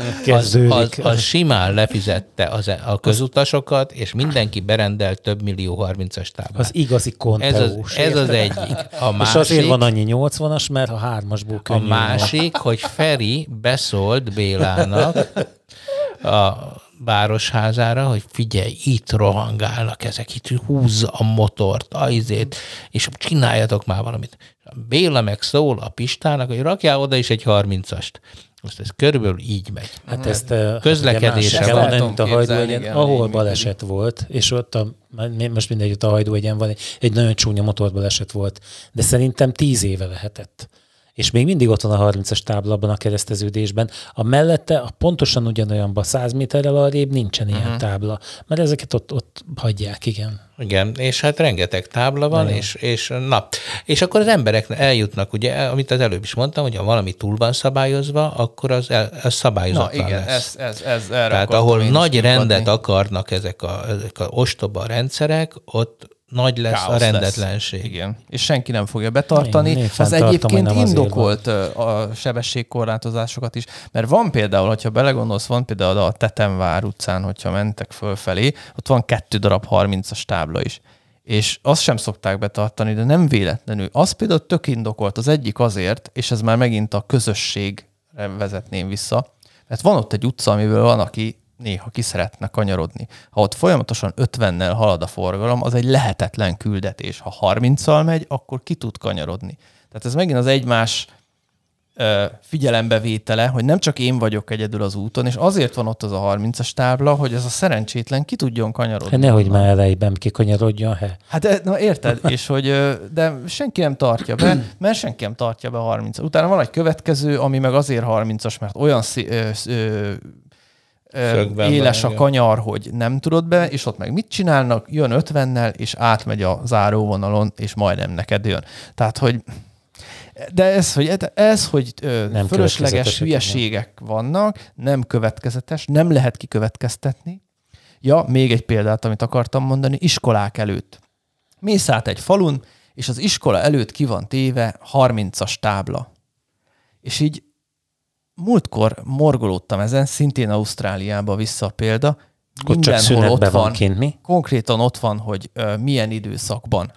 az simán lefizette a közutasokat, és mindenki berendelt több millió 30-as táblát. Az igazi konteós. Ez az egyik. A másik, és azért van annyi 80-as, mert ha 3-asból könnyű. A másik, hogy Feri beszólt Bélának a városházára, hogy figyelj, itt rohangálnak ezek, itt húzza a motort, és csináljatok már valamit. Béla meg szól a Pistának, hogy rakjál oda is egy 30-ast. Most ez körülbelül így megy. Hát ezt közlekedésre van. Mint a Hajdúhegyen, ahol baleset volt, és ott most mindegy, ott a Hajdúhegyen van egy nagyon csúnya motorbaleset volt, de szerintem 10 éve lehetett. És még mindig ott van a 30-as tábla abban a kereszteződésben. A mellette, pontosan ugyanolyanban 100 méterrel arrébb nincsen ilyen tábla, mert ezeket ott hagyják, igen. Igen, és hát rengeteg tábla van, és akkor az emberek eljutnak, ugye, amit az előbb is mondtam, hogy ha valami túl van szabályozva, akkor az szabályozatlan lesz. Ez tehát ahol nagy rendet akarnak ezek a ostoba rendszerek, ott nagy lesz káosz a rendetlenség. Lesz. Igen. És senki nem fogja betartani. Az egyébként indokolt a sebességkorlátozásokat is. Mert van például, hogyha belegondolsz, van például a Tetemvár utcán, hogyha mentek fölfelé, ott van 2 darab 30-as tábla is. És azt sem szokták betartani, de nem véletlenül. Az például tök indokolt. Az egyik azért, és ez már megint a közösségre vezetném vissza, mert van ott egy utca, amiből van, aki néha ki szeretne kanyarodni. Ha ott folyamatosan 50-nel halad a forgalom, az egy lehetetlen küldetés. Ha 30-szal megy, akkor ki tud kanyarodni. Tehát ez megint az egymás figyelembevétele, hogy nem csak én vagyok egyedül az úton, és azért van ott az a 30-as tábla, hogy ez a szerencsétlen ki tudjon kanyarodni. Hát nehogy már elejében kikanyarodjon, Hát na, érted? És hogy de senki nem tartja be, mert senki nem tartja be a 30-as. Utána van egy következő, ami meg azért 30-as, mert olyan éles a kanyar, hogy nem tudod be, és ott meg mit csinálnak? Jön 50-nel, és átmegy a záróvonalon, és majdnem neked jön. Tehát, hogy de ez, hogy fölösleges hülyeségek vannak, nem következetes, nem lehet kikövetkeztetni. Ja, még egy példát, amit akartam mondani, iskolák előtt. Mész át egy falun, és az iskola előtt ki van téve 30-as tábla. És így múltkor morgolódtam ezen, szintén Ausztráliába vissza a példa, csak szünetben van kint, mi? Konkrétan ott van, hogy milyen időszakban,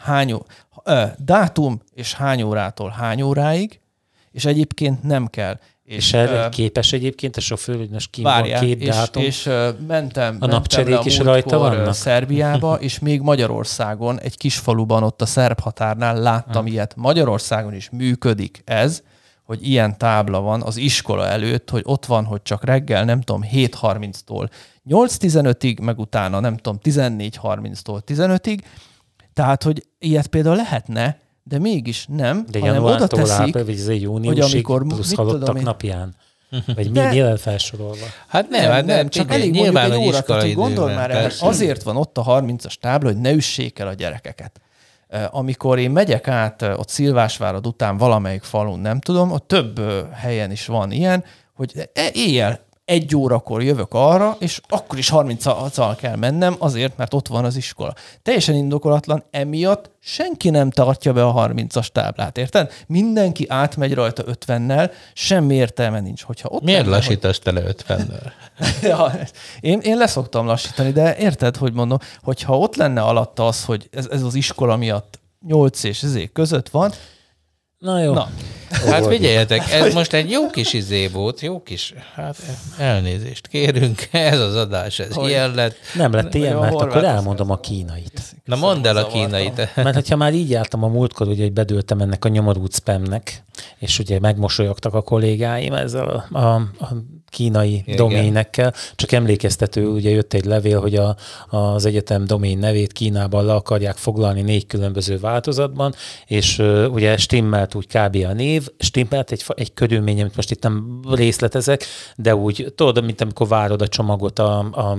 dátum és hány órától hány óráig, és egyébként nem kell. És erre képes egyébként a sofőr, hogy most van két dátum. És mentem a napcserék is rajta vannak? Szerbiába, és még Magyarországon, egy kis faluban ott a szerb határnál láttam ilyet. Magyarországon is működik ez, hogy ilyen tábla van az iskola előtt, hogy ott van, hogy csak reggel, nem tudom, 7:30-tól 8:15-ig, meg utána, nem tudom, 14:30-tól 15-ig. Tehát, hogy ilyet például lehetne, de mégis nem, de hanem oda teszik, hogy amikor plusz halottak napján. Vagy mi lehet felsorolva? Hát nem, csak elég nyilván, hogy iskola gondolj már el, azért van ott a 30-as tábla, hogy ne üssék el a gyerekeket. Amikor én megyek át ott Szilvásvárad után valamelyik falun, nem tudom, ott több helyen is van ilyen, hogy éjjel 1 órakor jövök arra, és akkor is 30-al kell mennem, azért, mert ott van az iskola. Teljesen indokolatlan, emiatt senki nem tartja be a 30-as táblát, érted? Mindenki átmegy rajta 50-nel, semmi értelme nincs. Hogyha ott miért lassítasz tele 50-nel? Ja, én leszoktam lassítani, de érted, hogy mondom, hogyha ott lenne alatta az, hogy ez az iskola miatt 8 és között van. Na jó. Hát figyeljetek, ez most egy jó kis volt, jó kis, hát elnézést kérünk, ez az adás, ez ilyen lett. Nem lett ilyen, mert akkor elmondom a kínait. Na mondd el a kínait. Mert hogyha már így jártam a múltkor, ugye, hogy bedőltem ennek a nyomorult spamnek, és ugye megmosolyogtak a kollégáim ezzel a kínai doménekkel, csak emlékeztető, ugye jött egy levél, hogy az egyetem domén nevét Kínában le akarják foglalni 4 különböző változatban, és ugye stimmelt úgy kb. A név, stimmelt egy körülmény, amit most itt nem részletezek, de úgy tudod, mint amikor várod a csomagot a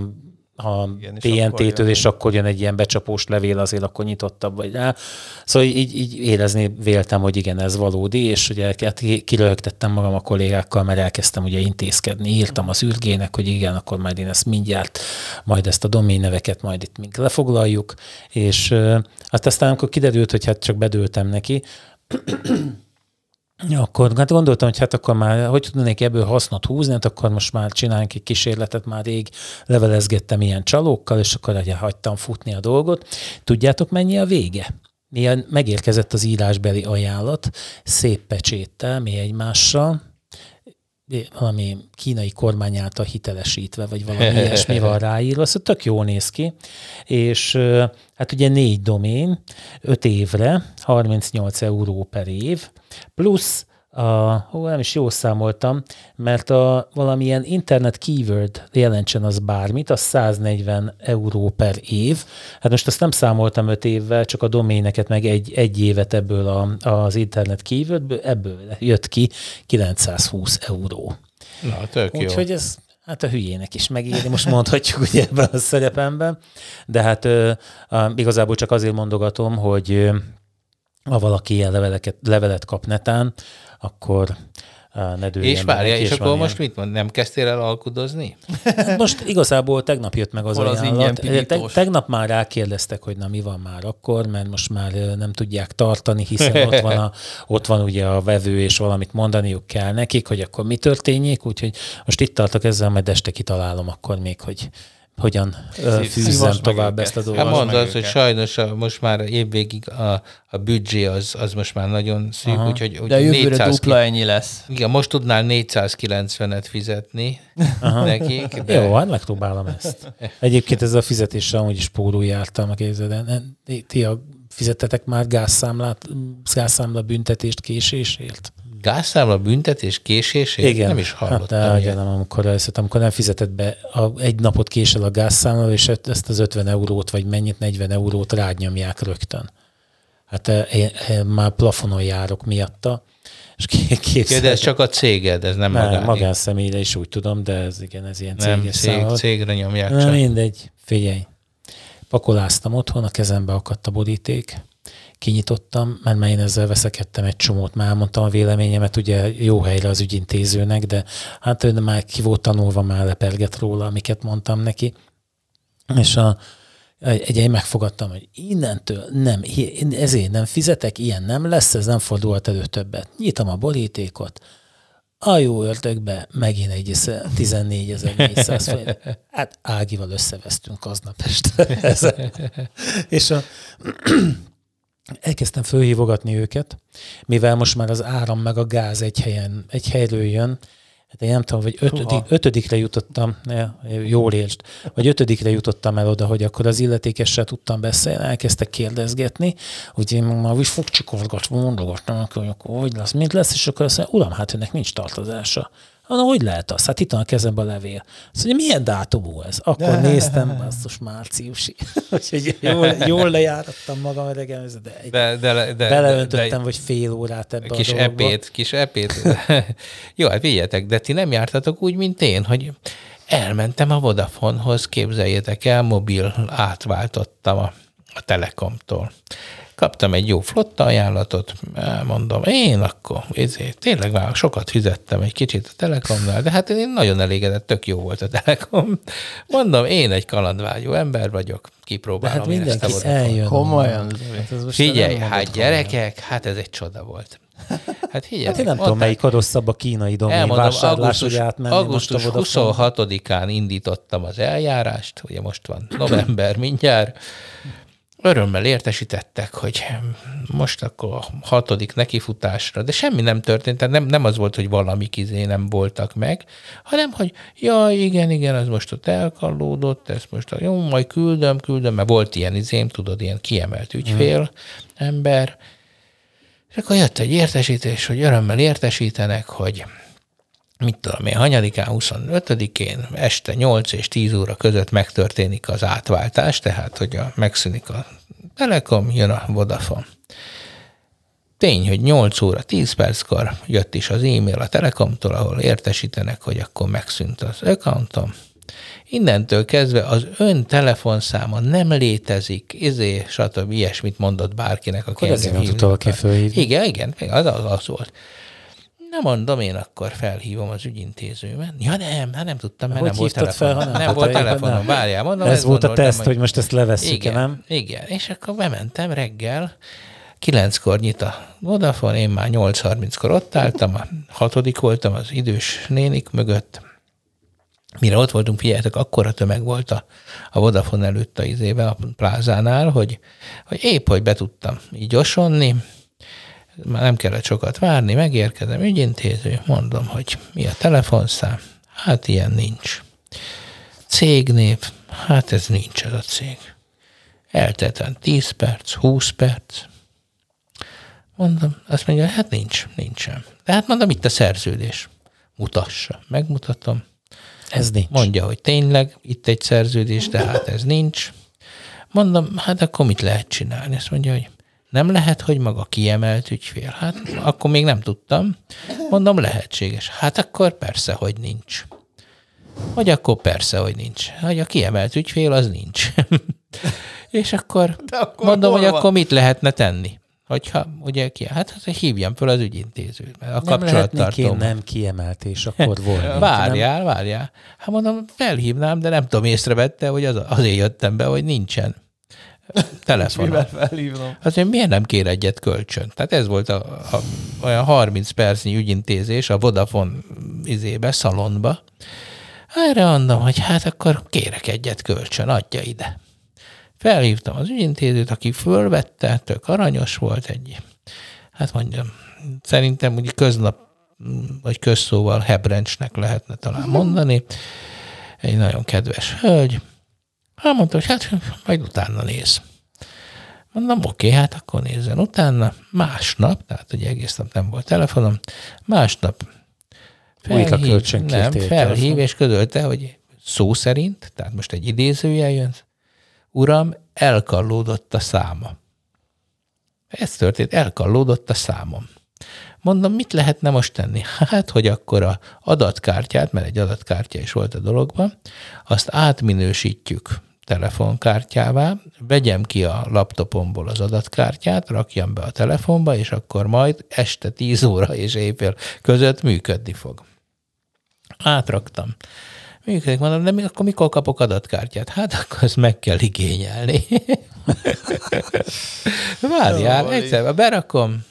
PNT-től, és akkor jön egy ilyen becsapós levél, azért akkor nyitottabb vagy rá. Szóval így érezni véltem, hogy igen, ez valódi, és ugye kiröhögtettem magam a kollégákkal, mert elkezdtem ugye intézkedni, írtam az űrgének, hogy igen, akkor majd én ezt mindjárt, majd ezt a domén neveket majd itt még lefoglaljuk, és hát aztán amikor kiderült, hogy hát csak bedőltem neki, akkor hát gondoltam, hogy hát akkor már, hogy tudnék ebből hasznot húzni, hát akkor most már csináljunk egy kísérletet, már rég levelezgettem ilyen csalókkal, és akkor hagytam futni a dolgot. Tudjátok, mennyi a vége? Milyen megérkezett az írásbeli ajánlat, szép pecséttel, mi egymással, valami kínai kormány által hitelesítve, vagy valami ilyesmi van ráírva, szóval tök jól néz ki, és hát ugye 4 domén, 5 évre, 38 € per év, plusz nem is jól számoltam, mert valamilyen internet keyword jelentsen az bármit, az 140 € per év. Hát most azt nem számoltam 5 évvel, csak a doméneket meg egy évet ebből az internet keywordből, ebből jött ki 920 €. Na, tök jó. Úgyhogy ez hát a hülyének is megéri, most mondhatjuk ugye ebben a szerepemben, de hát igazából csak azért mondogatom, hogy ha valaki ilyen levelet kap netán, akkor ne dőljen. És várja, és akkor most mit mond? Nem kezdtél el alkudozni? Most igazából tegnap jött meg az ajánlat. Tegnap már rákérdeztek, hogy na mi van már akkor, mert most már nem tudják tartani, hiszen ott van ugye a vevő, és valamit mondaniuk kell nekik, hogy akkor mi történjék, úgyhogy most itt tartok ezzel, majd este kitalálom akkor még, hogy hogyan fűzzem tovább ezt a dolgot. Hát mondd azt, hogy sajnos most már évvégig a büdzsé az most már nagyon szűk, úgyhogy de jövőre dupla ennyi lesz. Igen, most tudnál 490-et fizetni nekik. De... Jó, hát megpróbálom ezt. Egyébként ezzel a fizetéssel amúgy is pórul jártam, ti fizettetek már gázszámla büntetést késésért? Gázszámla büntetés késésért? Igen. Nem is hallottam. Hát, de nem, amikor nem fizetett be, egy napot késel a gázszámla, és ezt az 50 € vagy mennyit, 40 € rád nyomják rögtön. Hát én már plafonon járok miatta. És de ez csak a céged, ez nem magánszemélyre is úgy tudom, de ez igen, ez ilyen céges cégre nyomják csak. Mindegy, figyelj. Pakoláztam otthon, a kezembe akadt a boríték, kinyitottam, mert már én ezzel veszekedtem egy csomót, már elmondtam a véleményemet, ugye jó helyre az ügyintézőnek, de hát ő már ki volt tanulva, már leperget róla, amiket mondtam neki. És én megfogadtam, hogy innentől nem, ezért nem fizetek, ilyen nem lesz, ez nem fordulhat elő többet. Nyitom a borítékot, a jó ördögbe megint egy 14.400 forint. Hát Ágival összevesztünk aznap este. És elkezdtem fölhívogatni őket, mivel most már az áram meg a gáz egy helyről jön. Hát én nem tudom, vagy ötödikre jutottam, jól értsd, vagy ötödikre jutottam el oda, hogy akkor az illetékessel tudtam beszélni, elkezdtek kérdezgetni, hogy én már úgy fogcsikorgatva mondogattam, hogy akkor hogy lesz, mint lesz, és akkor azt mondja, uram, hát ennek nincs tartozása. Hogy lehet az? Hát itt van a kezemben a levél. Azt mondja, milyen dátumú ez? Akkor néztem, basszus, márciusi. Úgyhogy jól lejárattam magam öregem, de beleöntöttem, vagy fél órát ebbe kis a dologba. Kis epét. Jó, hát vigyétek, de ti nem jártatok úgy, mint én, hogy elmentem a Vodafonehoz, képzeljétek el, mobil átváltottam a Telekomtól. Kaptam egy jó flotta ajánlatot, mondom, én akkor tényleg már sokat fizettem egy kicsit a Telekomnál, de hát én nagyon elégedett, tök jó volt a Telekom. Mondom, én egy kalandvágyó ember vagyok, kipróbálom. Hát mindenki eljön. Komolyan. Figyelj, hát gyerekek, hát ez egy csoda volt. Hát én nem tudom, melyik a rosszabb a kínai domén vásárlás, hogy átmenni. Augusztus 26-án indítottam az eljárást, ugye most van november mindjárt. Örömmel értesítettek, hogy most akkor a 6. nekifutásra, de semmi nem történt, tehát nem az volt, hogy valamik nem voltak meg, hanem, hogy igen, az most ott elkallódott, ezt most jó, majd küldöm, mert volt ilyen tudod, ilyen kiemelt ügyfél ember, és akkor jött egy értesítés, hogy örömmel értesítenek, hogy mit tudom én, hanyadikán, 25-én este 8 és 10 óra között megtörténik az átváltás, tehát, hogy megszűnik a Telekom, jön a Vodafone. Tény, hogy 8 óra 10 perckor jött is az e-mail a Telekomtól, ahol értesítenek, hogy akkor megszűnt az accountom. Innentől kezdve az ön telefonszáma nem létezik, stb. Ilyesmit mondott bárkinek, aki engem hívott. Igen, az volt. Nem mondom, én akkor felhívom az ügyintézőmet. Ja nem tudtam, mert nem volt telefonom. Nem volt telefonom, várjál, mondom. Ez volt a teszt, hogy most ezt levesszük-e, nem? Igen, és akkor bementem reggel, 9-kor nyit a Vodafone, én már 8:30-kor ott álltam, a 6. voltam az idős nénik mögött. Mire ott voltunk, figyeljetek, akkora tömeg volt a Vodafone előtt a plázánál, hogy épp, hogy be tudtam így osonni, már nem kellett sokat várni, megérkezem, ügyintéző, mondom, hogy mi a telefonszám, hát ilyen nincs. Cégnév, hát ez nincs ez a cég. Elteltem 10 perc, 20 perc. Mondom, azt mondja, hát nincsen. De hát mondom, itt a szerződés. Mutassa, megmutatom. Ez nincs. Mondja, hogy tényleg itt egy szerződés, de hát ez nincs. Mondom, hát akkor mit lehet csinálni? Azt mondja, hogy nem lehet, hogy maga kiemelt ügyfél. Hát akkor még nem tudtam. Mondom, lehetséges. Hát akkor persze, hogy nincs. Hogy akkor persze, hogy nincs. Hogy a kiemelt ügyfél, az nincs. És akkor mondom, hogy akkor mit lehetne tenni? Hogyha ugye hát hívjam föl az ügyintézőt, mert a kapcsolattartóm. Nem kiemelt, és akkor volt. Várjál. Hát mondom, felhívnám, de nem tudom, észrevette, hogy azért jöttem be, hogy nincsen telefonom. Azért miért nem kér egyet kölcsön? Tehát ez volt olyan 30 percnyi ügyintézés a Vodafone szalonba. Erre mondom, hogy hát akkor kérek egyet kölcsön, adja ide. Felhívtam az ügyintézőt, aki fölvette, tök aranyos volt egy, hát mondjam, szerintem ugye köznap, vagy közszóval hebrencsnek lehetne talán mondani. Egy nagyon kedves hölgy. Mondta, hogy hát majd utána néz. Mondom, oké, hát akkor nézzen utána. Másnap, tehát ugye egész nap nem volt telefonom, másnap felhív és közölte, hogy szó szerint, tehát most egy idézőjel jön, uram, elkallódott a száma. Ez történt, elkallódott a számom. Mondom, mit lehetne most tenni? Hát, hogy akkor a adatkártyát, mert egy adatkártya is volt a dologban, azt átminősítjük telefonkártyává, vegyem ki a laptopomból az adatkártyát, rakjam be a telefonba, és akkor majd este 10 óra és éjfél között működni fog. Átraktam. Működik, mondom, de akkor mikor kapok adatkártyát? Hát akkor ezt meg kell igényelni. Várjál, egyszer berakom,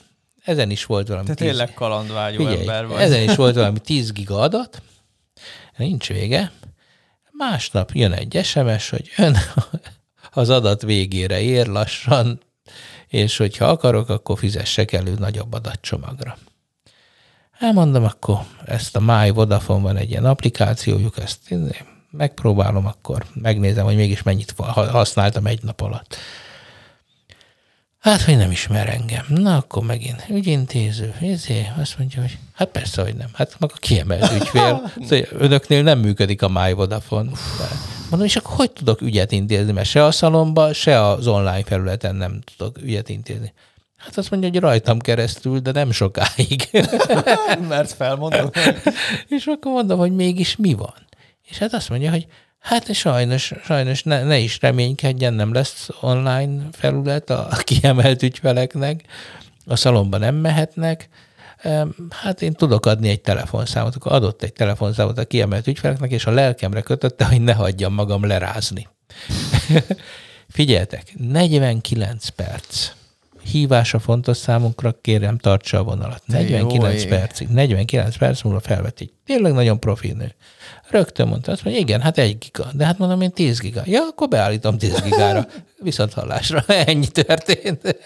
ezen is volt valami. Te tényleg kalandvágyó ember vagy. Ezen is volt valami 10 giga adat, nincs vége. Másnap jön egy SMS, hogy ön az adat végére ér lassan, és hogyha akarok, akkor fizessek elő nagyobb adatcsomagra. Elmondom, akkor ezt a My Vodafone van egy ilyen applikációjuk, ezt megpróbálom, akkor megnézem, hogy mégis mennyit használtam egy nap alatt. Hát, hogy nem ismer engem. Na, akkor megint ügyintéző, azt mondja, hogy hát persze, hogy nem. Hát maga kiemelt ügyfél. Szóval önöknél nem működik a My Vodafone. Mondom, és akkor hogy tudok ügyet intézni? Mert se a szalomba, se az online felületen nem tudok ügyet intézni. Hát azt mondja, hogy rajtam keresztül, de nem sokáig. Mert felmondom. És akkor mondom, hogy mégis mi van? És hát azt mondja, hogy hát sajnos ne is reménykedjen, nem lesz online felület a kiemelt ügyfeleknek, a szalomba nem mehetnek. Hát én tudok adni egy telefonszámot, akkor adott egy telefonszámot a kiemelt ügyfeleknek, és a lelkemre kötötte, hogy ne hagyjam magam lerázni. Figyeljetek, 49 perc. Hívása fontos számunkra, kérem, tartsa a vonalat. 49 percig. 49 perc múlva felvetik. Tényleg nagyon profi nő. Rögtön mondta, azt mondja, igen, hát 1 giga. De hát mondom, én 10 giga. Ja, akkor beállítom 10 gigára. Viszonthallásra. Ennyi történt.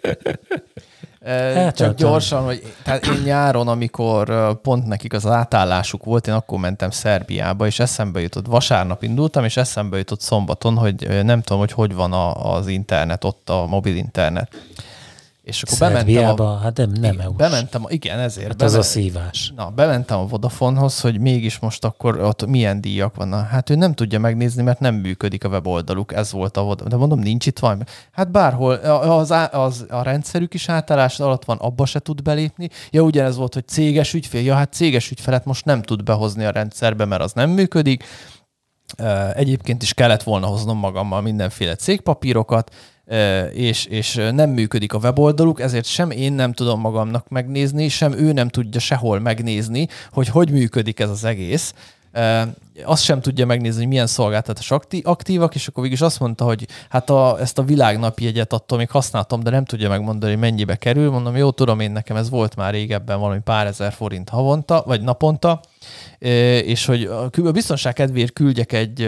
Csak gyorsan, hogy tehát én nyáron, amikor pont nekik az átállásuk volt, én akkor mentem Szerbiába, és eszembe jutott, vasárnap indultam, és eszembe jutott szombaton, hogy nem tudom, hogy van az internet, ott a mobil internet. És akkor Szerbiába, hát nem EU-s. Bementem, igen, ezért. Hát az a szívás. Na, bementem a Vodafonehoz, hogy mégis most akkor ott milyen díjak vannak. Hát ő nem tudja megnézni, mert nem működik a weboldaluk. Ez volt a Vodafone. De mondom, nincs itt valami. Hát bárhol, a rendszerük is átállás alatt van, abba se tud belépni. Ja, ugyanez volt, hogy céges ügyfél. Ja, hát céges ügyfelet most nem tud behozni a rendszerbe, mert az nem működik. Egyébként is kellett volna hoznom magammal mindenféle cégpapírokat, és nem működik a weboldaluk, ezért sem én nem tudom magamnak megnézni, sem ő nem tudja sehol megnézni, hogy működik ez az egész. Azt sem tudja megnézni, hogy milyen szolgáltatások aktívak, és akkor végig azt mondta, hogy hát ezt a világnapi jegyet attól még használtam, de nem tudja megmondani, hogy mennyibe kerül. Mondom, jó, tudom én, nekem ez volt már régebben valami pár ezer forint havonta, vagy naponta, és hogy a biztonság kedvéért küldjek egy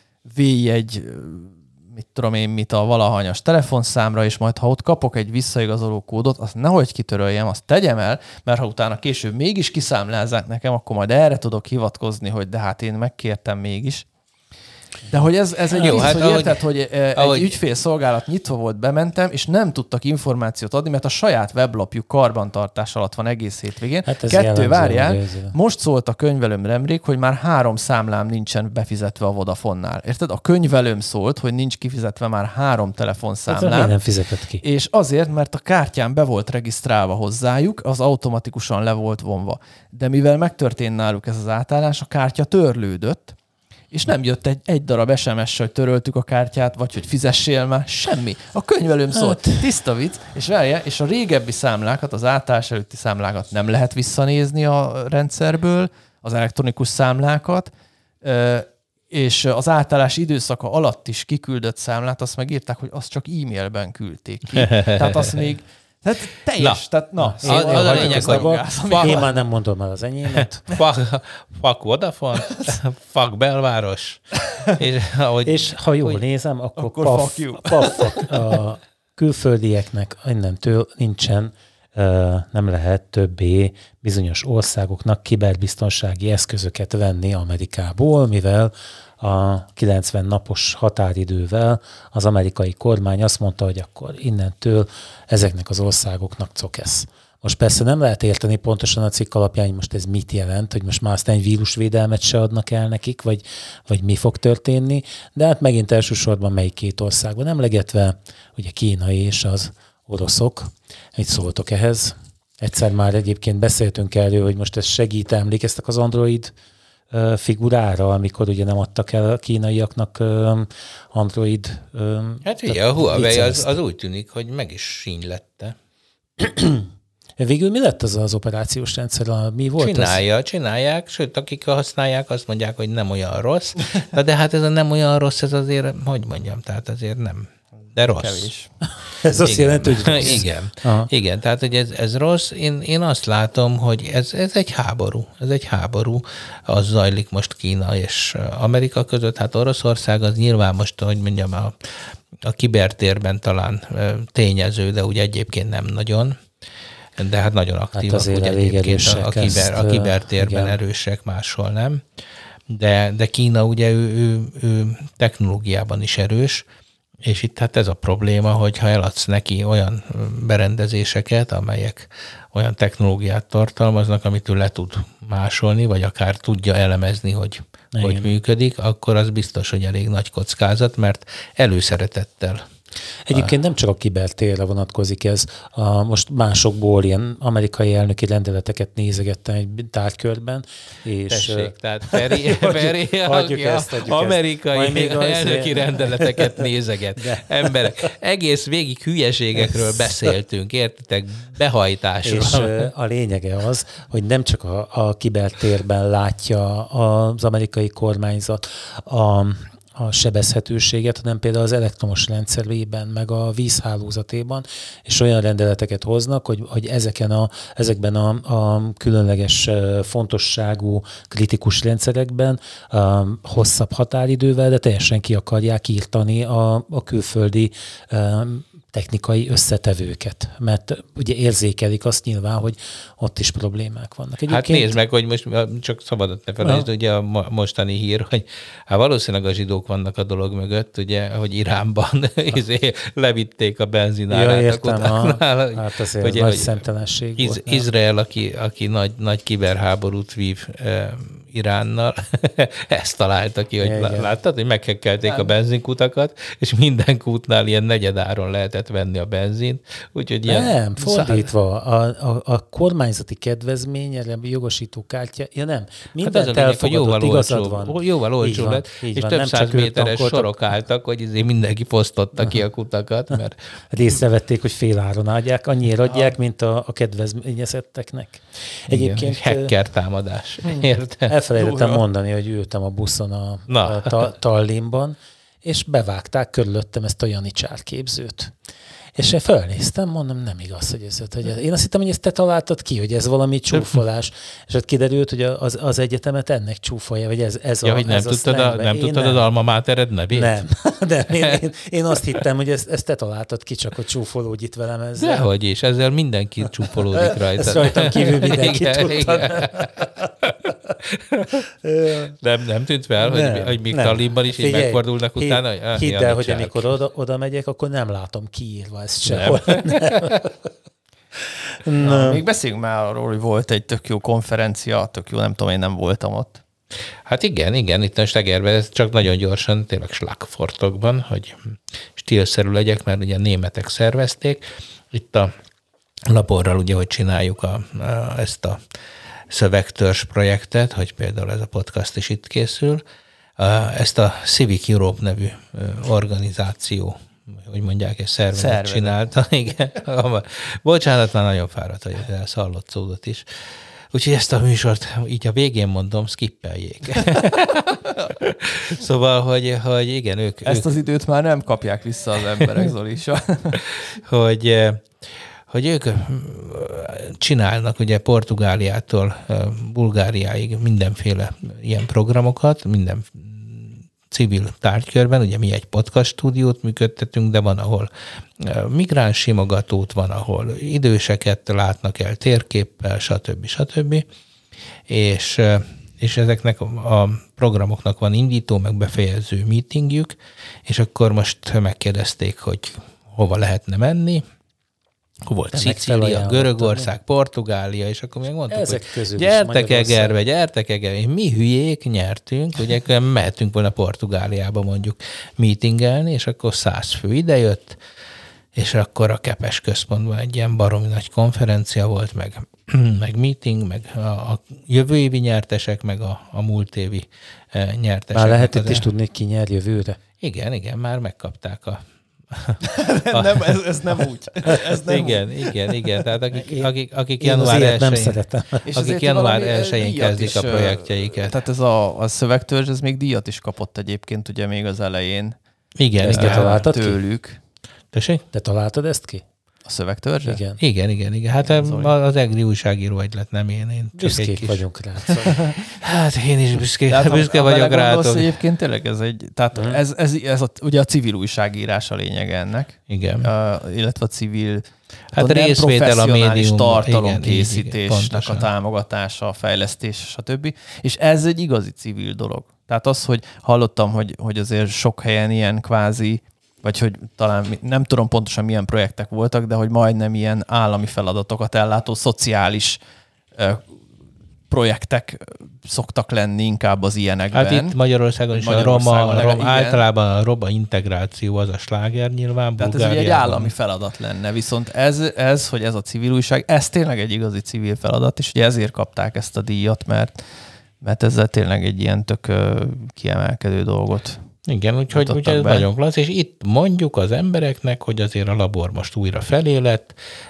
V1 mit tudom én mit a valahanyas telefonszámra, és majd ha ott kapok egy visszaigazoló kódot, azt nehogy kitöröljem, azt tegyem el, mert ha utána később mégis kiszámlázzák nekem, akkor majd erre tudok hivatkozni, hogy de hát én megkértem mégis. De hogy ez egy jó, hát hogy érted, hogy egy ügyfélszolgálat nyitva volt, bementem, és nem tudtak információt adni, mert a saját weblapjuk karbantartás alatt van egész hétvégén. Hát 2, várjál, most szólt a könyvelőm nemrég, hogy már 3 számlám nincsen befizetve a Vodafonnál. Érted? A könyvelőm szólt, hogy nincs kifizetve már 3 telefonszámlám. Hát nem fizetett ki. És azért, mert a kártyám be volt regisztrálva hozzájuk, az automatikusan le volt vonva. De mivel megtörtént náluk ez az átállás, a kártya törlődött, és nem jött egy darab SMS, hogy töröltük a kártyát, vagy hogy fizessél már, semmi. A könyvelőm szólt, tiszta vicc, és a régebbi számlákat, az átállás előtti számlákat nem lehet visszanézni a rendszerből, az elektronikus számlákat, és az átállás időszaka alatt is kiküldött számlát, azt megírták, hogy azt csak e-mailben küldték ki. Tehát azt még tehát teljes. Az a lényeg, hogy én már nem mondom el az enyémet. Fuck Vodafone, fuck belváros. És ha jól nézem, akkor a külföldieknek innentől nincsen, nem lehet többé bizonyos országoknak kiberbiztonsági eszközöket venni Amerikából, mivel a 90 napos határidővel az amerikai kormány azt mondta, hogy akkor innentől ezeknek az országoknak cokesz. Most persze nem lehet érteni pontosan a cikk alapján, hogy most ez mit jelent, hogy most már aztán egy vírusvédelmet se adnak el nekik, vagy mi fog történni, de hát megint elsősorban melyik 2 országban emlegetve, ugye Kína és az oroszok. Mit szóltok ehhez? Egyszer már egyébként beszéltünk erről, hogy most ez segít, emlékeztek az Android figurára, amikor ugye nem adtak el a kínaiaknak Android. Hát ugye a Huawei az úgy tűnik, hogy meg is sínylette. Végül mi lett az operációs rendszer? Mi volt Csinálják, sőt, akik használják, azt mondják, hogy nem olyan rossz. De hát ez a nem olyan rossz, ez azért, hogy mondjam, tehát azért de rossz. Kevés. Ez azt jelenti, hogy rossz. Igen. Aha. Igen, tehát hogy ez rossz. Én azt látom, hogy ez egy háború. Ez egy háború. Az zajlik most Kína és Amerika között. Hát Oroszország az nyilván most, hogy mondjam, a kibertérben talán tényező, de úgy egyébként nem nagyon. De hát nagyon aktívak, azért ugye elég egyébként erősek a kibertérben igen. erősek, máshol nem. De Kína ugye ő technológiában is erős, és itt hát ez a probléma, hogy ha eladsz neki olyan berendezéseket, amelyek olyan technológiát tartalmaznak, amit ő le tud másolni, vagy akár tudja elemezni, hogy működik, akkor az biztos, hogy elég nagy kockázat, mert előszeretettel. Egyébként nem csak a kibertérre vonatkozik ez. Most másokból ilyen amerikai elnöki rendeleteket nézegettem egy tárgykörben. És tessék, tehát Feri amerikai elnöki rendeleteket nézeget. Emberek, egész végig hülyeségekről beszéltünk, értitek? Behajtásról. És a lényege az, hogy nem csak a kibertérben látja az amerikai kormányzat a sebezhetőséget, hanem például az elektromos rendszerében, meg a vízhálózatéban, és olyan rendeleteket hoznak, hogy ezekben a különleges fontosságú kritikus rendszerekben hosszabb határidővel, de teljesen ki akarják írtani a külföldi technikai összetevőket, mert ugye érzékelik azt nyilván, hogy ott is problémák vannak. Hát nézd meg, hogy most csak szabadot ne felejtsd, ugye a mostani hír, hogy hát valószínűleg a zsidók vannak a dolog mögött, ugye, hogy Iránban levitték a benzinárat. Ja, értem, hát azért ugye, nagy szemtelenség volt. Izrael, aki nagy kiberháborút vív Iránnal, ezt találta ki, hogy láttad, hogy meghekkelték a benzinkutakat, és minden kútnál ilyen negyedáron lehetett venni a benzint. Úgyhogy nem, fordítva. A kormányzati kedvezmény, a jogosító kártya, nem. Mindent elfogadott, igazad van. Jóval olcsóbb lett, és több száz méteres sorok álltak, hogy mindenki posztotta ki a kutakat. Mert... Részrevették, hogy féláron adják, annyira adják, mint a kedvezményezetteknek. Egyébként... Hacker támadás. Érted? Elfelejtettem mondani, hogy ültem a buszon a Tallinnban, és bevágták körülöttem ezt a janicsár képzőt. És felnéztem, mondom, nem igaz, hogy ez. Én azt hittem, hogy ezt te találtad ki, hogy ez valami csúfolás. És ott kiderült, hogy az egyetemet ennek csúfolja, vagy ez hogy nem tudtad az alma mátered nevét? Nem, de én azt hittem, hogy ezt te találtad ki, csak hogy csúfolódj itt velem ezzel. Dehogy is, ezzel mindenki csúfolódik rajta. Ezt rajtam kívül mindenki tudta. Nem tűnt fel, hogy még Tallinnban is így megfordulnak utána? Hidd el, hogy amikor oda megyek, akkor nem látom kiírva ezt sehol. Még beszéljünk már arról, hogy volt egy tök jó konferencia, tök jó, nem tudom, én nem voltam ott. Hát igen, itt a Stegerben, ez csak nagyon gyorsan, tényleg Schlagfortokban, hogy stílszerű legyek, mert ugye a németek szervezték. Itt a laborral ugye, hogy csináljuk ezt a szövegtörzs projektet, hogy például ez a podcast is itt készül. Ezt a Civic Europe nevű organizáció, hogy mondják, egy szervezet csinálta. Igen. Bocsánat, már nagyon fáradt, hogy ez hallott szódot is. Úgyhogy ezt a műsort, így a végén mondom, skippeljék. Szóval, hogy igen, ők... Ezt az időt már nem kapják vissza az emberek, Zolisa. hogy ők csinálnak ugye Portugáliától Bulgáriáig mindenféle ilyen programokat, minden civil tárgykörben, ugye mi egy podcast stúdiót működtetünk, de van, ahol migráns simogatót, van, ahol időseket látnak el térképpel, stb. És ezeknek a programoknak van indító, meg befejező meetingjük, és akkor most megkérdezték, hogy hova lehetne menni. Volt Szicília, Görögország, Portugália, és akkor még mondtuk, hogy gyertek Egerbe, mi hülyék nyertünk, ugye mehetünk volna Portugáliába mondjuk meetingelni, és akkor 100 fő idejött, és akkor a Kepes központban egy ilyen baromi nagy konferencia volt, meg meeting, meg a jövő évi nyertesek, meg a múlt évi nyertesek. Már lehetett is tudni, ki nyer jövőre? Igen, már megkapták nem, ez nem úgy. Ez nem igen. Tehát akik január 1-én kezdik a projektjeiket. Tehát ez a szövegtörzs, ez még díjat is kapott egyébként, ugye még az elején. Igen. Találtad tőlük. Tessék? Te találtad ezt ki? A szövegtörzse? Igen. Igen. Hát az EGRI újságíró egylet, nem én. Büszkék vagyunk rá. Szóval. Hát én is büszke vagyok rátok. Egyébként tényleg ez ugye a civil újságírás a lényeg ennek. Igen. Illetve a civil Hát részvétel a médiumban. Tartalomkészítésnek a támogatása, a fejlesztés, stb. És ez egy igazi civil dolog. Tehát az, hogy hallottam, hogy azért sok helyen ilyen kvázi, vagy hogy talán nem tudom pontosan milyen projektek voltak, de hogy majdnem ilyen állami feladatokat ellátó szociális projektek szoktak lenni inkább az ilyenekben. Hát itt Magyarországon is általában a roma integráció az a sláger nyilván. Tehát ez ugye egy állami feladat lenne, viszont ez, hogy ez a civil újság, ez tényleg egy igazi civil feladat, és ugye ezért kapták ezt a díjat, mert ezzel tényleg egy ilyen tök kiemelkedő dolgot. Igen, úgyhogy ez nagyon klassz, és itt mondjuk az embereknek, hogy azért a labor most újra felélett,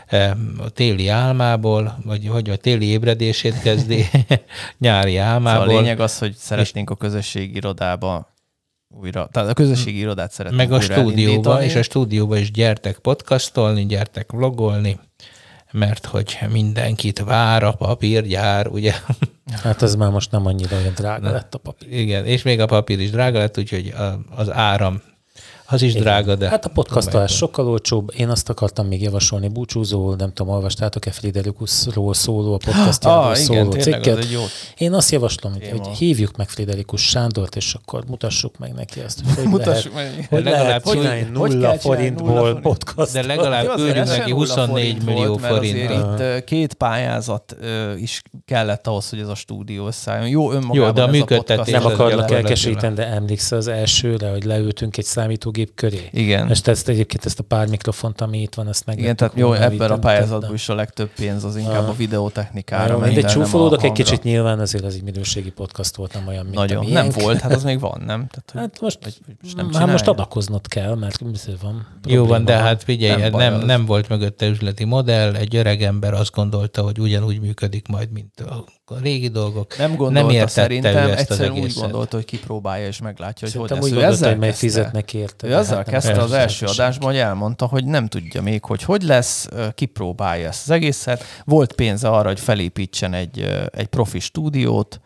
a téli álmából, vagy a téli ébredését kezdi, nyári álmából. Szóval a lényeg az, hogy szeretnénk a közösségi irodába újra, tehát a közösségi irodát szeretnénk meg újra a stúdióba, elindítani. és a stúdióba is gyertek podcastolni, gyertek vlogolni, mert hogy mindenkit vár a papírgyár, ugye? Hát ez már most nem annyira olyan drága lett a papír. Igen, és még a papír is drága lett, úgyhogy az áram az is drága, de... Hát a podcastolás sokkal olcsóbb. Én azt akartam még javasolni búcsúzóul, nem tudom, olvastátok-e Friderikusról szóló, a podcastjáról szóló cikket. Én azt javaslom, hogy hívjuk meg Friderikus Sándort, és akkor mutassuk meg neki azt, hogy lehet 0 forintból podcastot. De legalább őrünk neki 24 millió forint. Itt 2 pályázat is kellett ahhoz, hogy ez a stúdió összeálljon. Jó, önmagában jó, de a ez működtetés a podcast. Nem akarlak elkesíteni, de emlékszel az elsőre, hogy leültünk egy számítógép köré. Igen. És egyébként ezt a pár mikrofont, ami itt van, ezt meg. Igen, tehát jó, ebben a pályázatban is a legtöbb pénz az inkább a videótechnikára. De csúfolódok egy kicsit nyilván, azért az egy minőségi podcast volt, nem olyan, mint nagyon. Nem volt, hát az még van, nem? Tehát, hát most adakoznod kell, mert van. Jó van, de hát figyelj, nem volt mögötte üzleti modell, egy öreg ember azt gondolta, hogy ugyanúgy működik majd, mint a régi dolgok. Nem gondolta szerintem, egyszerűen úgy gondolta, hogy kipróbálja és meglátja, hogy hogy lesz. Ezzel meg fizetnek érte. Ő azzal kezdte az első adásban, hogy elmondta, hogy nem tudja még, hogy lesz, kipróbálja ezt az egészet. Volt pénze arra, hogy felépítsen egy profi stúdiót.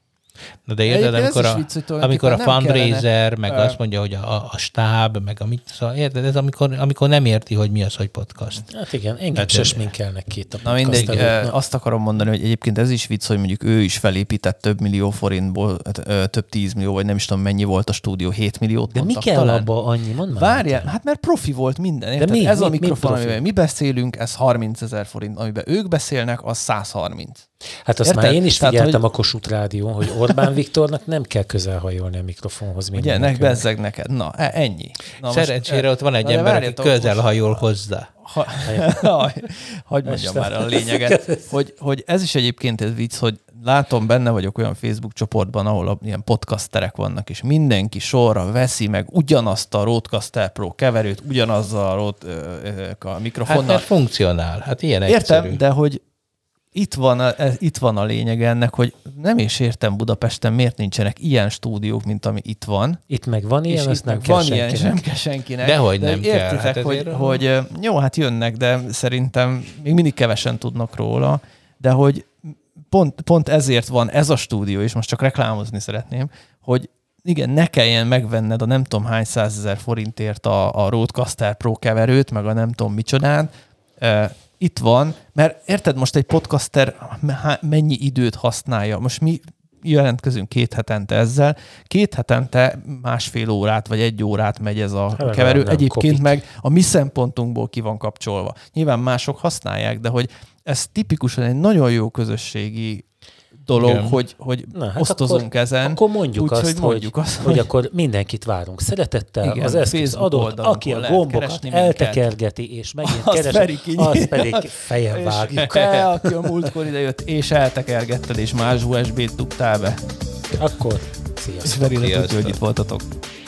Na de érted, amikor a fundraiser, meg azt mondja, hogy a stáb, meg szóval érted, ez amikor nem érti, hogy mi az, hogy podcast. Hát igen, engem se sminkelnek két a podcast. Na mindegy, azt akarom mondani, hogy egyébként ez is vicc, hogy mondjuk ő is felépített több millió forintból, több 10 millió, vagy nem is tudom mennyi volt a stúdió, 7 milliót de mondtak. Mi kell abba annyi? Mondd már. Várjál, hát mert profi volt minden. Érted? De ez a mikrofon, amiben mi beszélünk, ez 30 000 forint, amiben ők beszélnek, az 130. Hát azt már én is figyeltem a Kossuth Rádión, hogy Orbán Viktornak nem kell közelhagyd a mikrofonhoz. Ugye, bezzeg neked. Na, ennyi. Na, szerencsére ott van egy ember, aki közelhajol hozzá. Hagy mondjam már a lényeget, hogy ez is egyébként egy vicc, hogy látom, benne vagyok olyan Facebook csoportban, ahol ilyen podcasterek vannak, és mindenki sorra veszi meg ugyanazt a Rodecaster Pro keverőt, ugyanazzal a mikrofonnal. Hát mert funkcionál, hát ilyen egyszerű. Értem, de hogy itt van a lényeg ennek, hogy nem is értem Budapesten, miért nincsenek ilyen stúdiók, mint ami itt van. Itt meg van ilyen, és azt nem kell senkinek. Ilyen, nem kell senkinek. Dehogy nem kell. Értitek, hát hogy jó, hát jönnek, de szerintem még mindig kevesen tudnak róla, de hogy pont ezért van ez a stúdió, és most csak reklámozni szeretném, hogy igen, ne kelljen megvenned a nem tudom hány 100 000 forintért a Rodecaster Pro keverőt, meg a nem tudom micsodán, itt van, mert érted, most egy podcaster mennyi időt használja? Most mi jelentkezünk 2 hetente ezzel, 2 hetente 1,5 órát vagy 1 órát megy ez a keverő. Egyébként kopik. Meg a mi szempontunkból ki van kapcsolva. Nyilván mások használják, de hogy ez tipikusan egy nagyon jó közösségi dolog, hogy osztozunk ezen. Akkor mondjuk azt, hogy akkor mindenkit várunk szeretettel, igen, az eszköz adott, aki a gombokat eltekergeti, és megint keres, azt pedig fejen vágjuk. Aki a múltkor idejött, és eltekergetted, és más USB-t dugtál be. Akkor sziasztok. És Feri, hogy itt voltatok.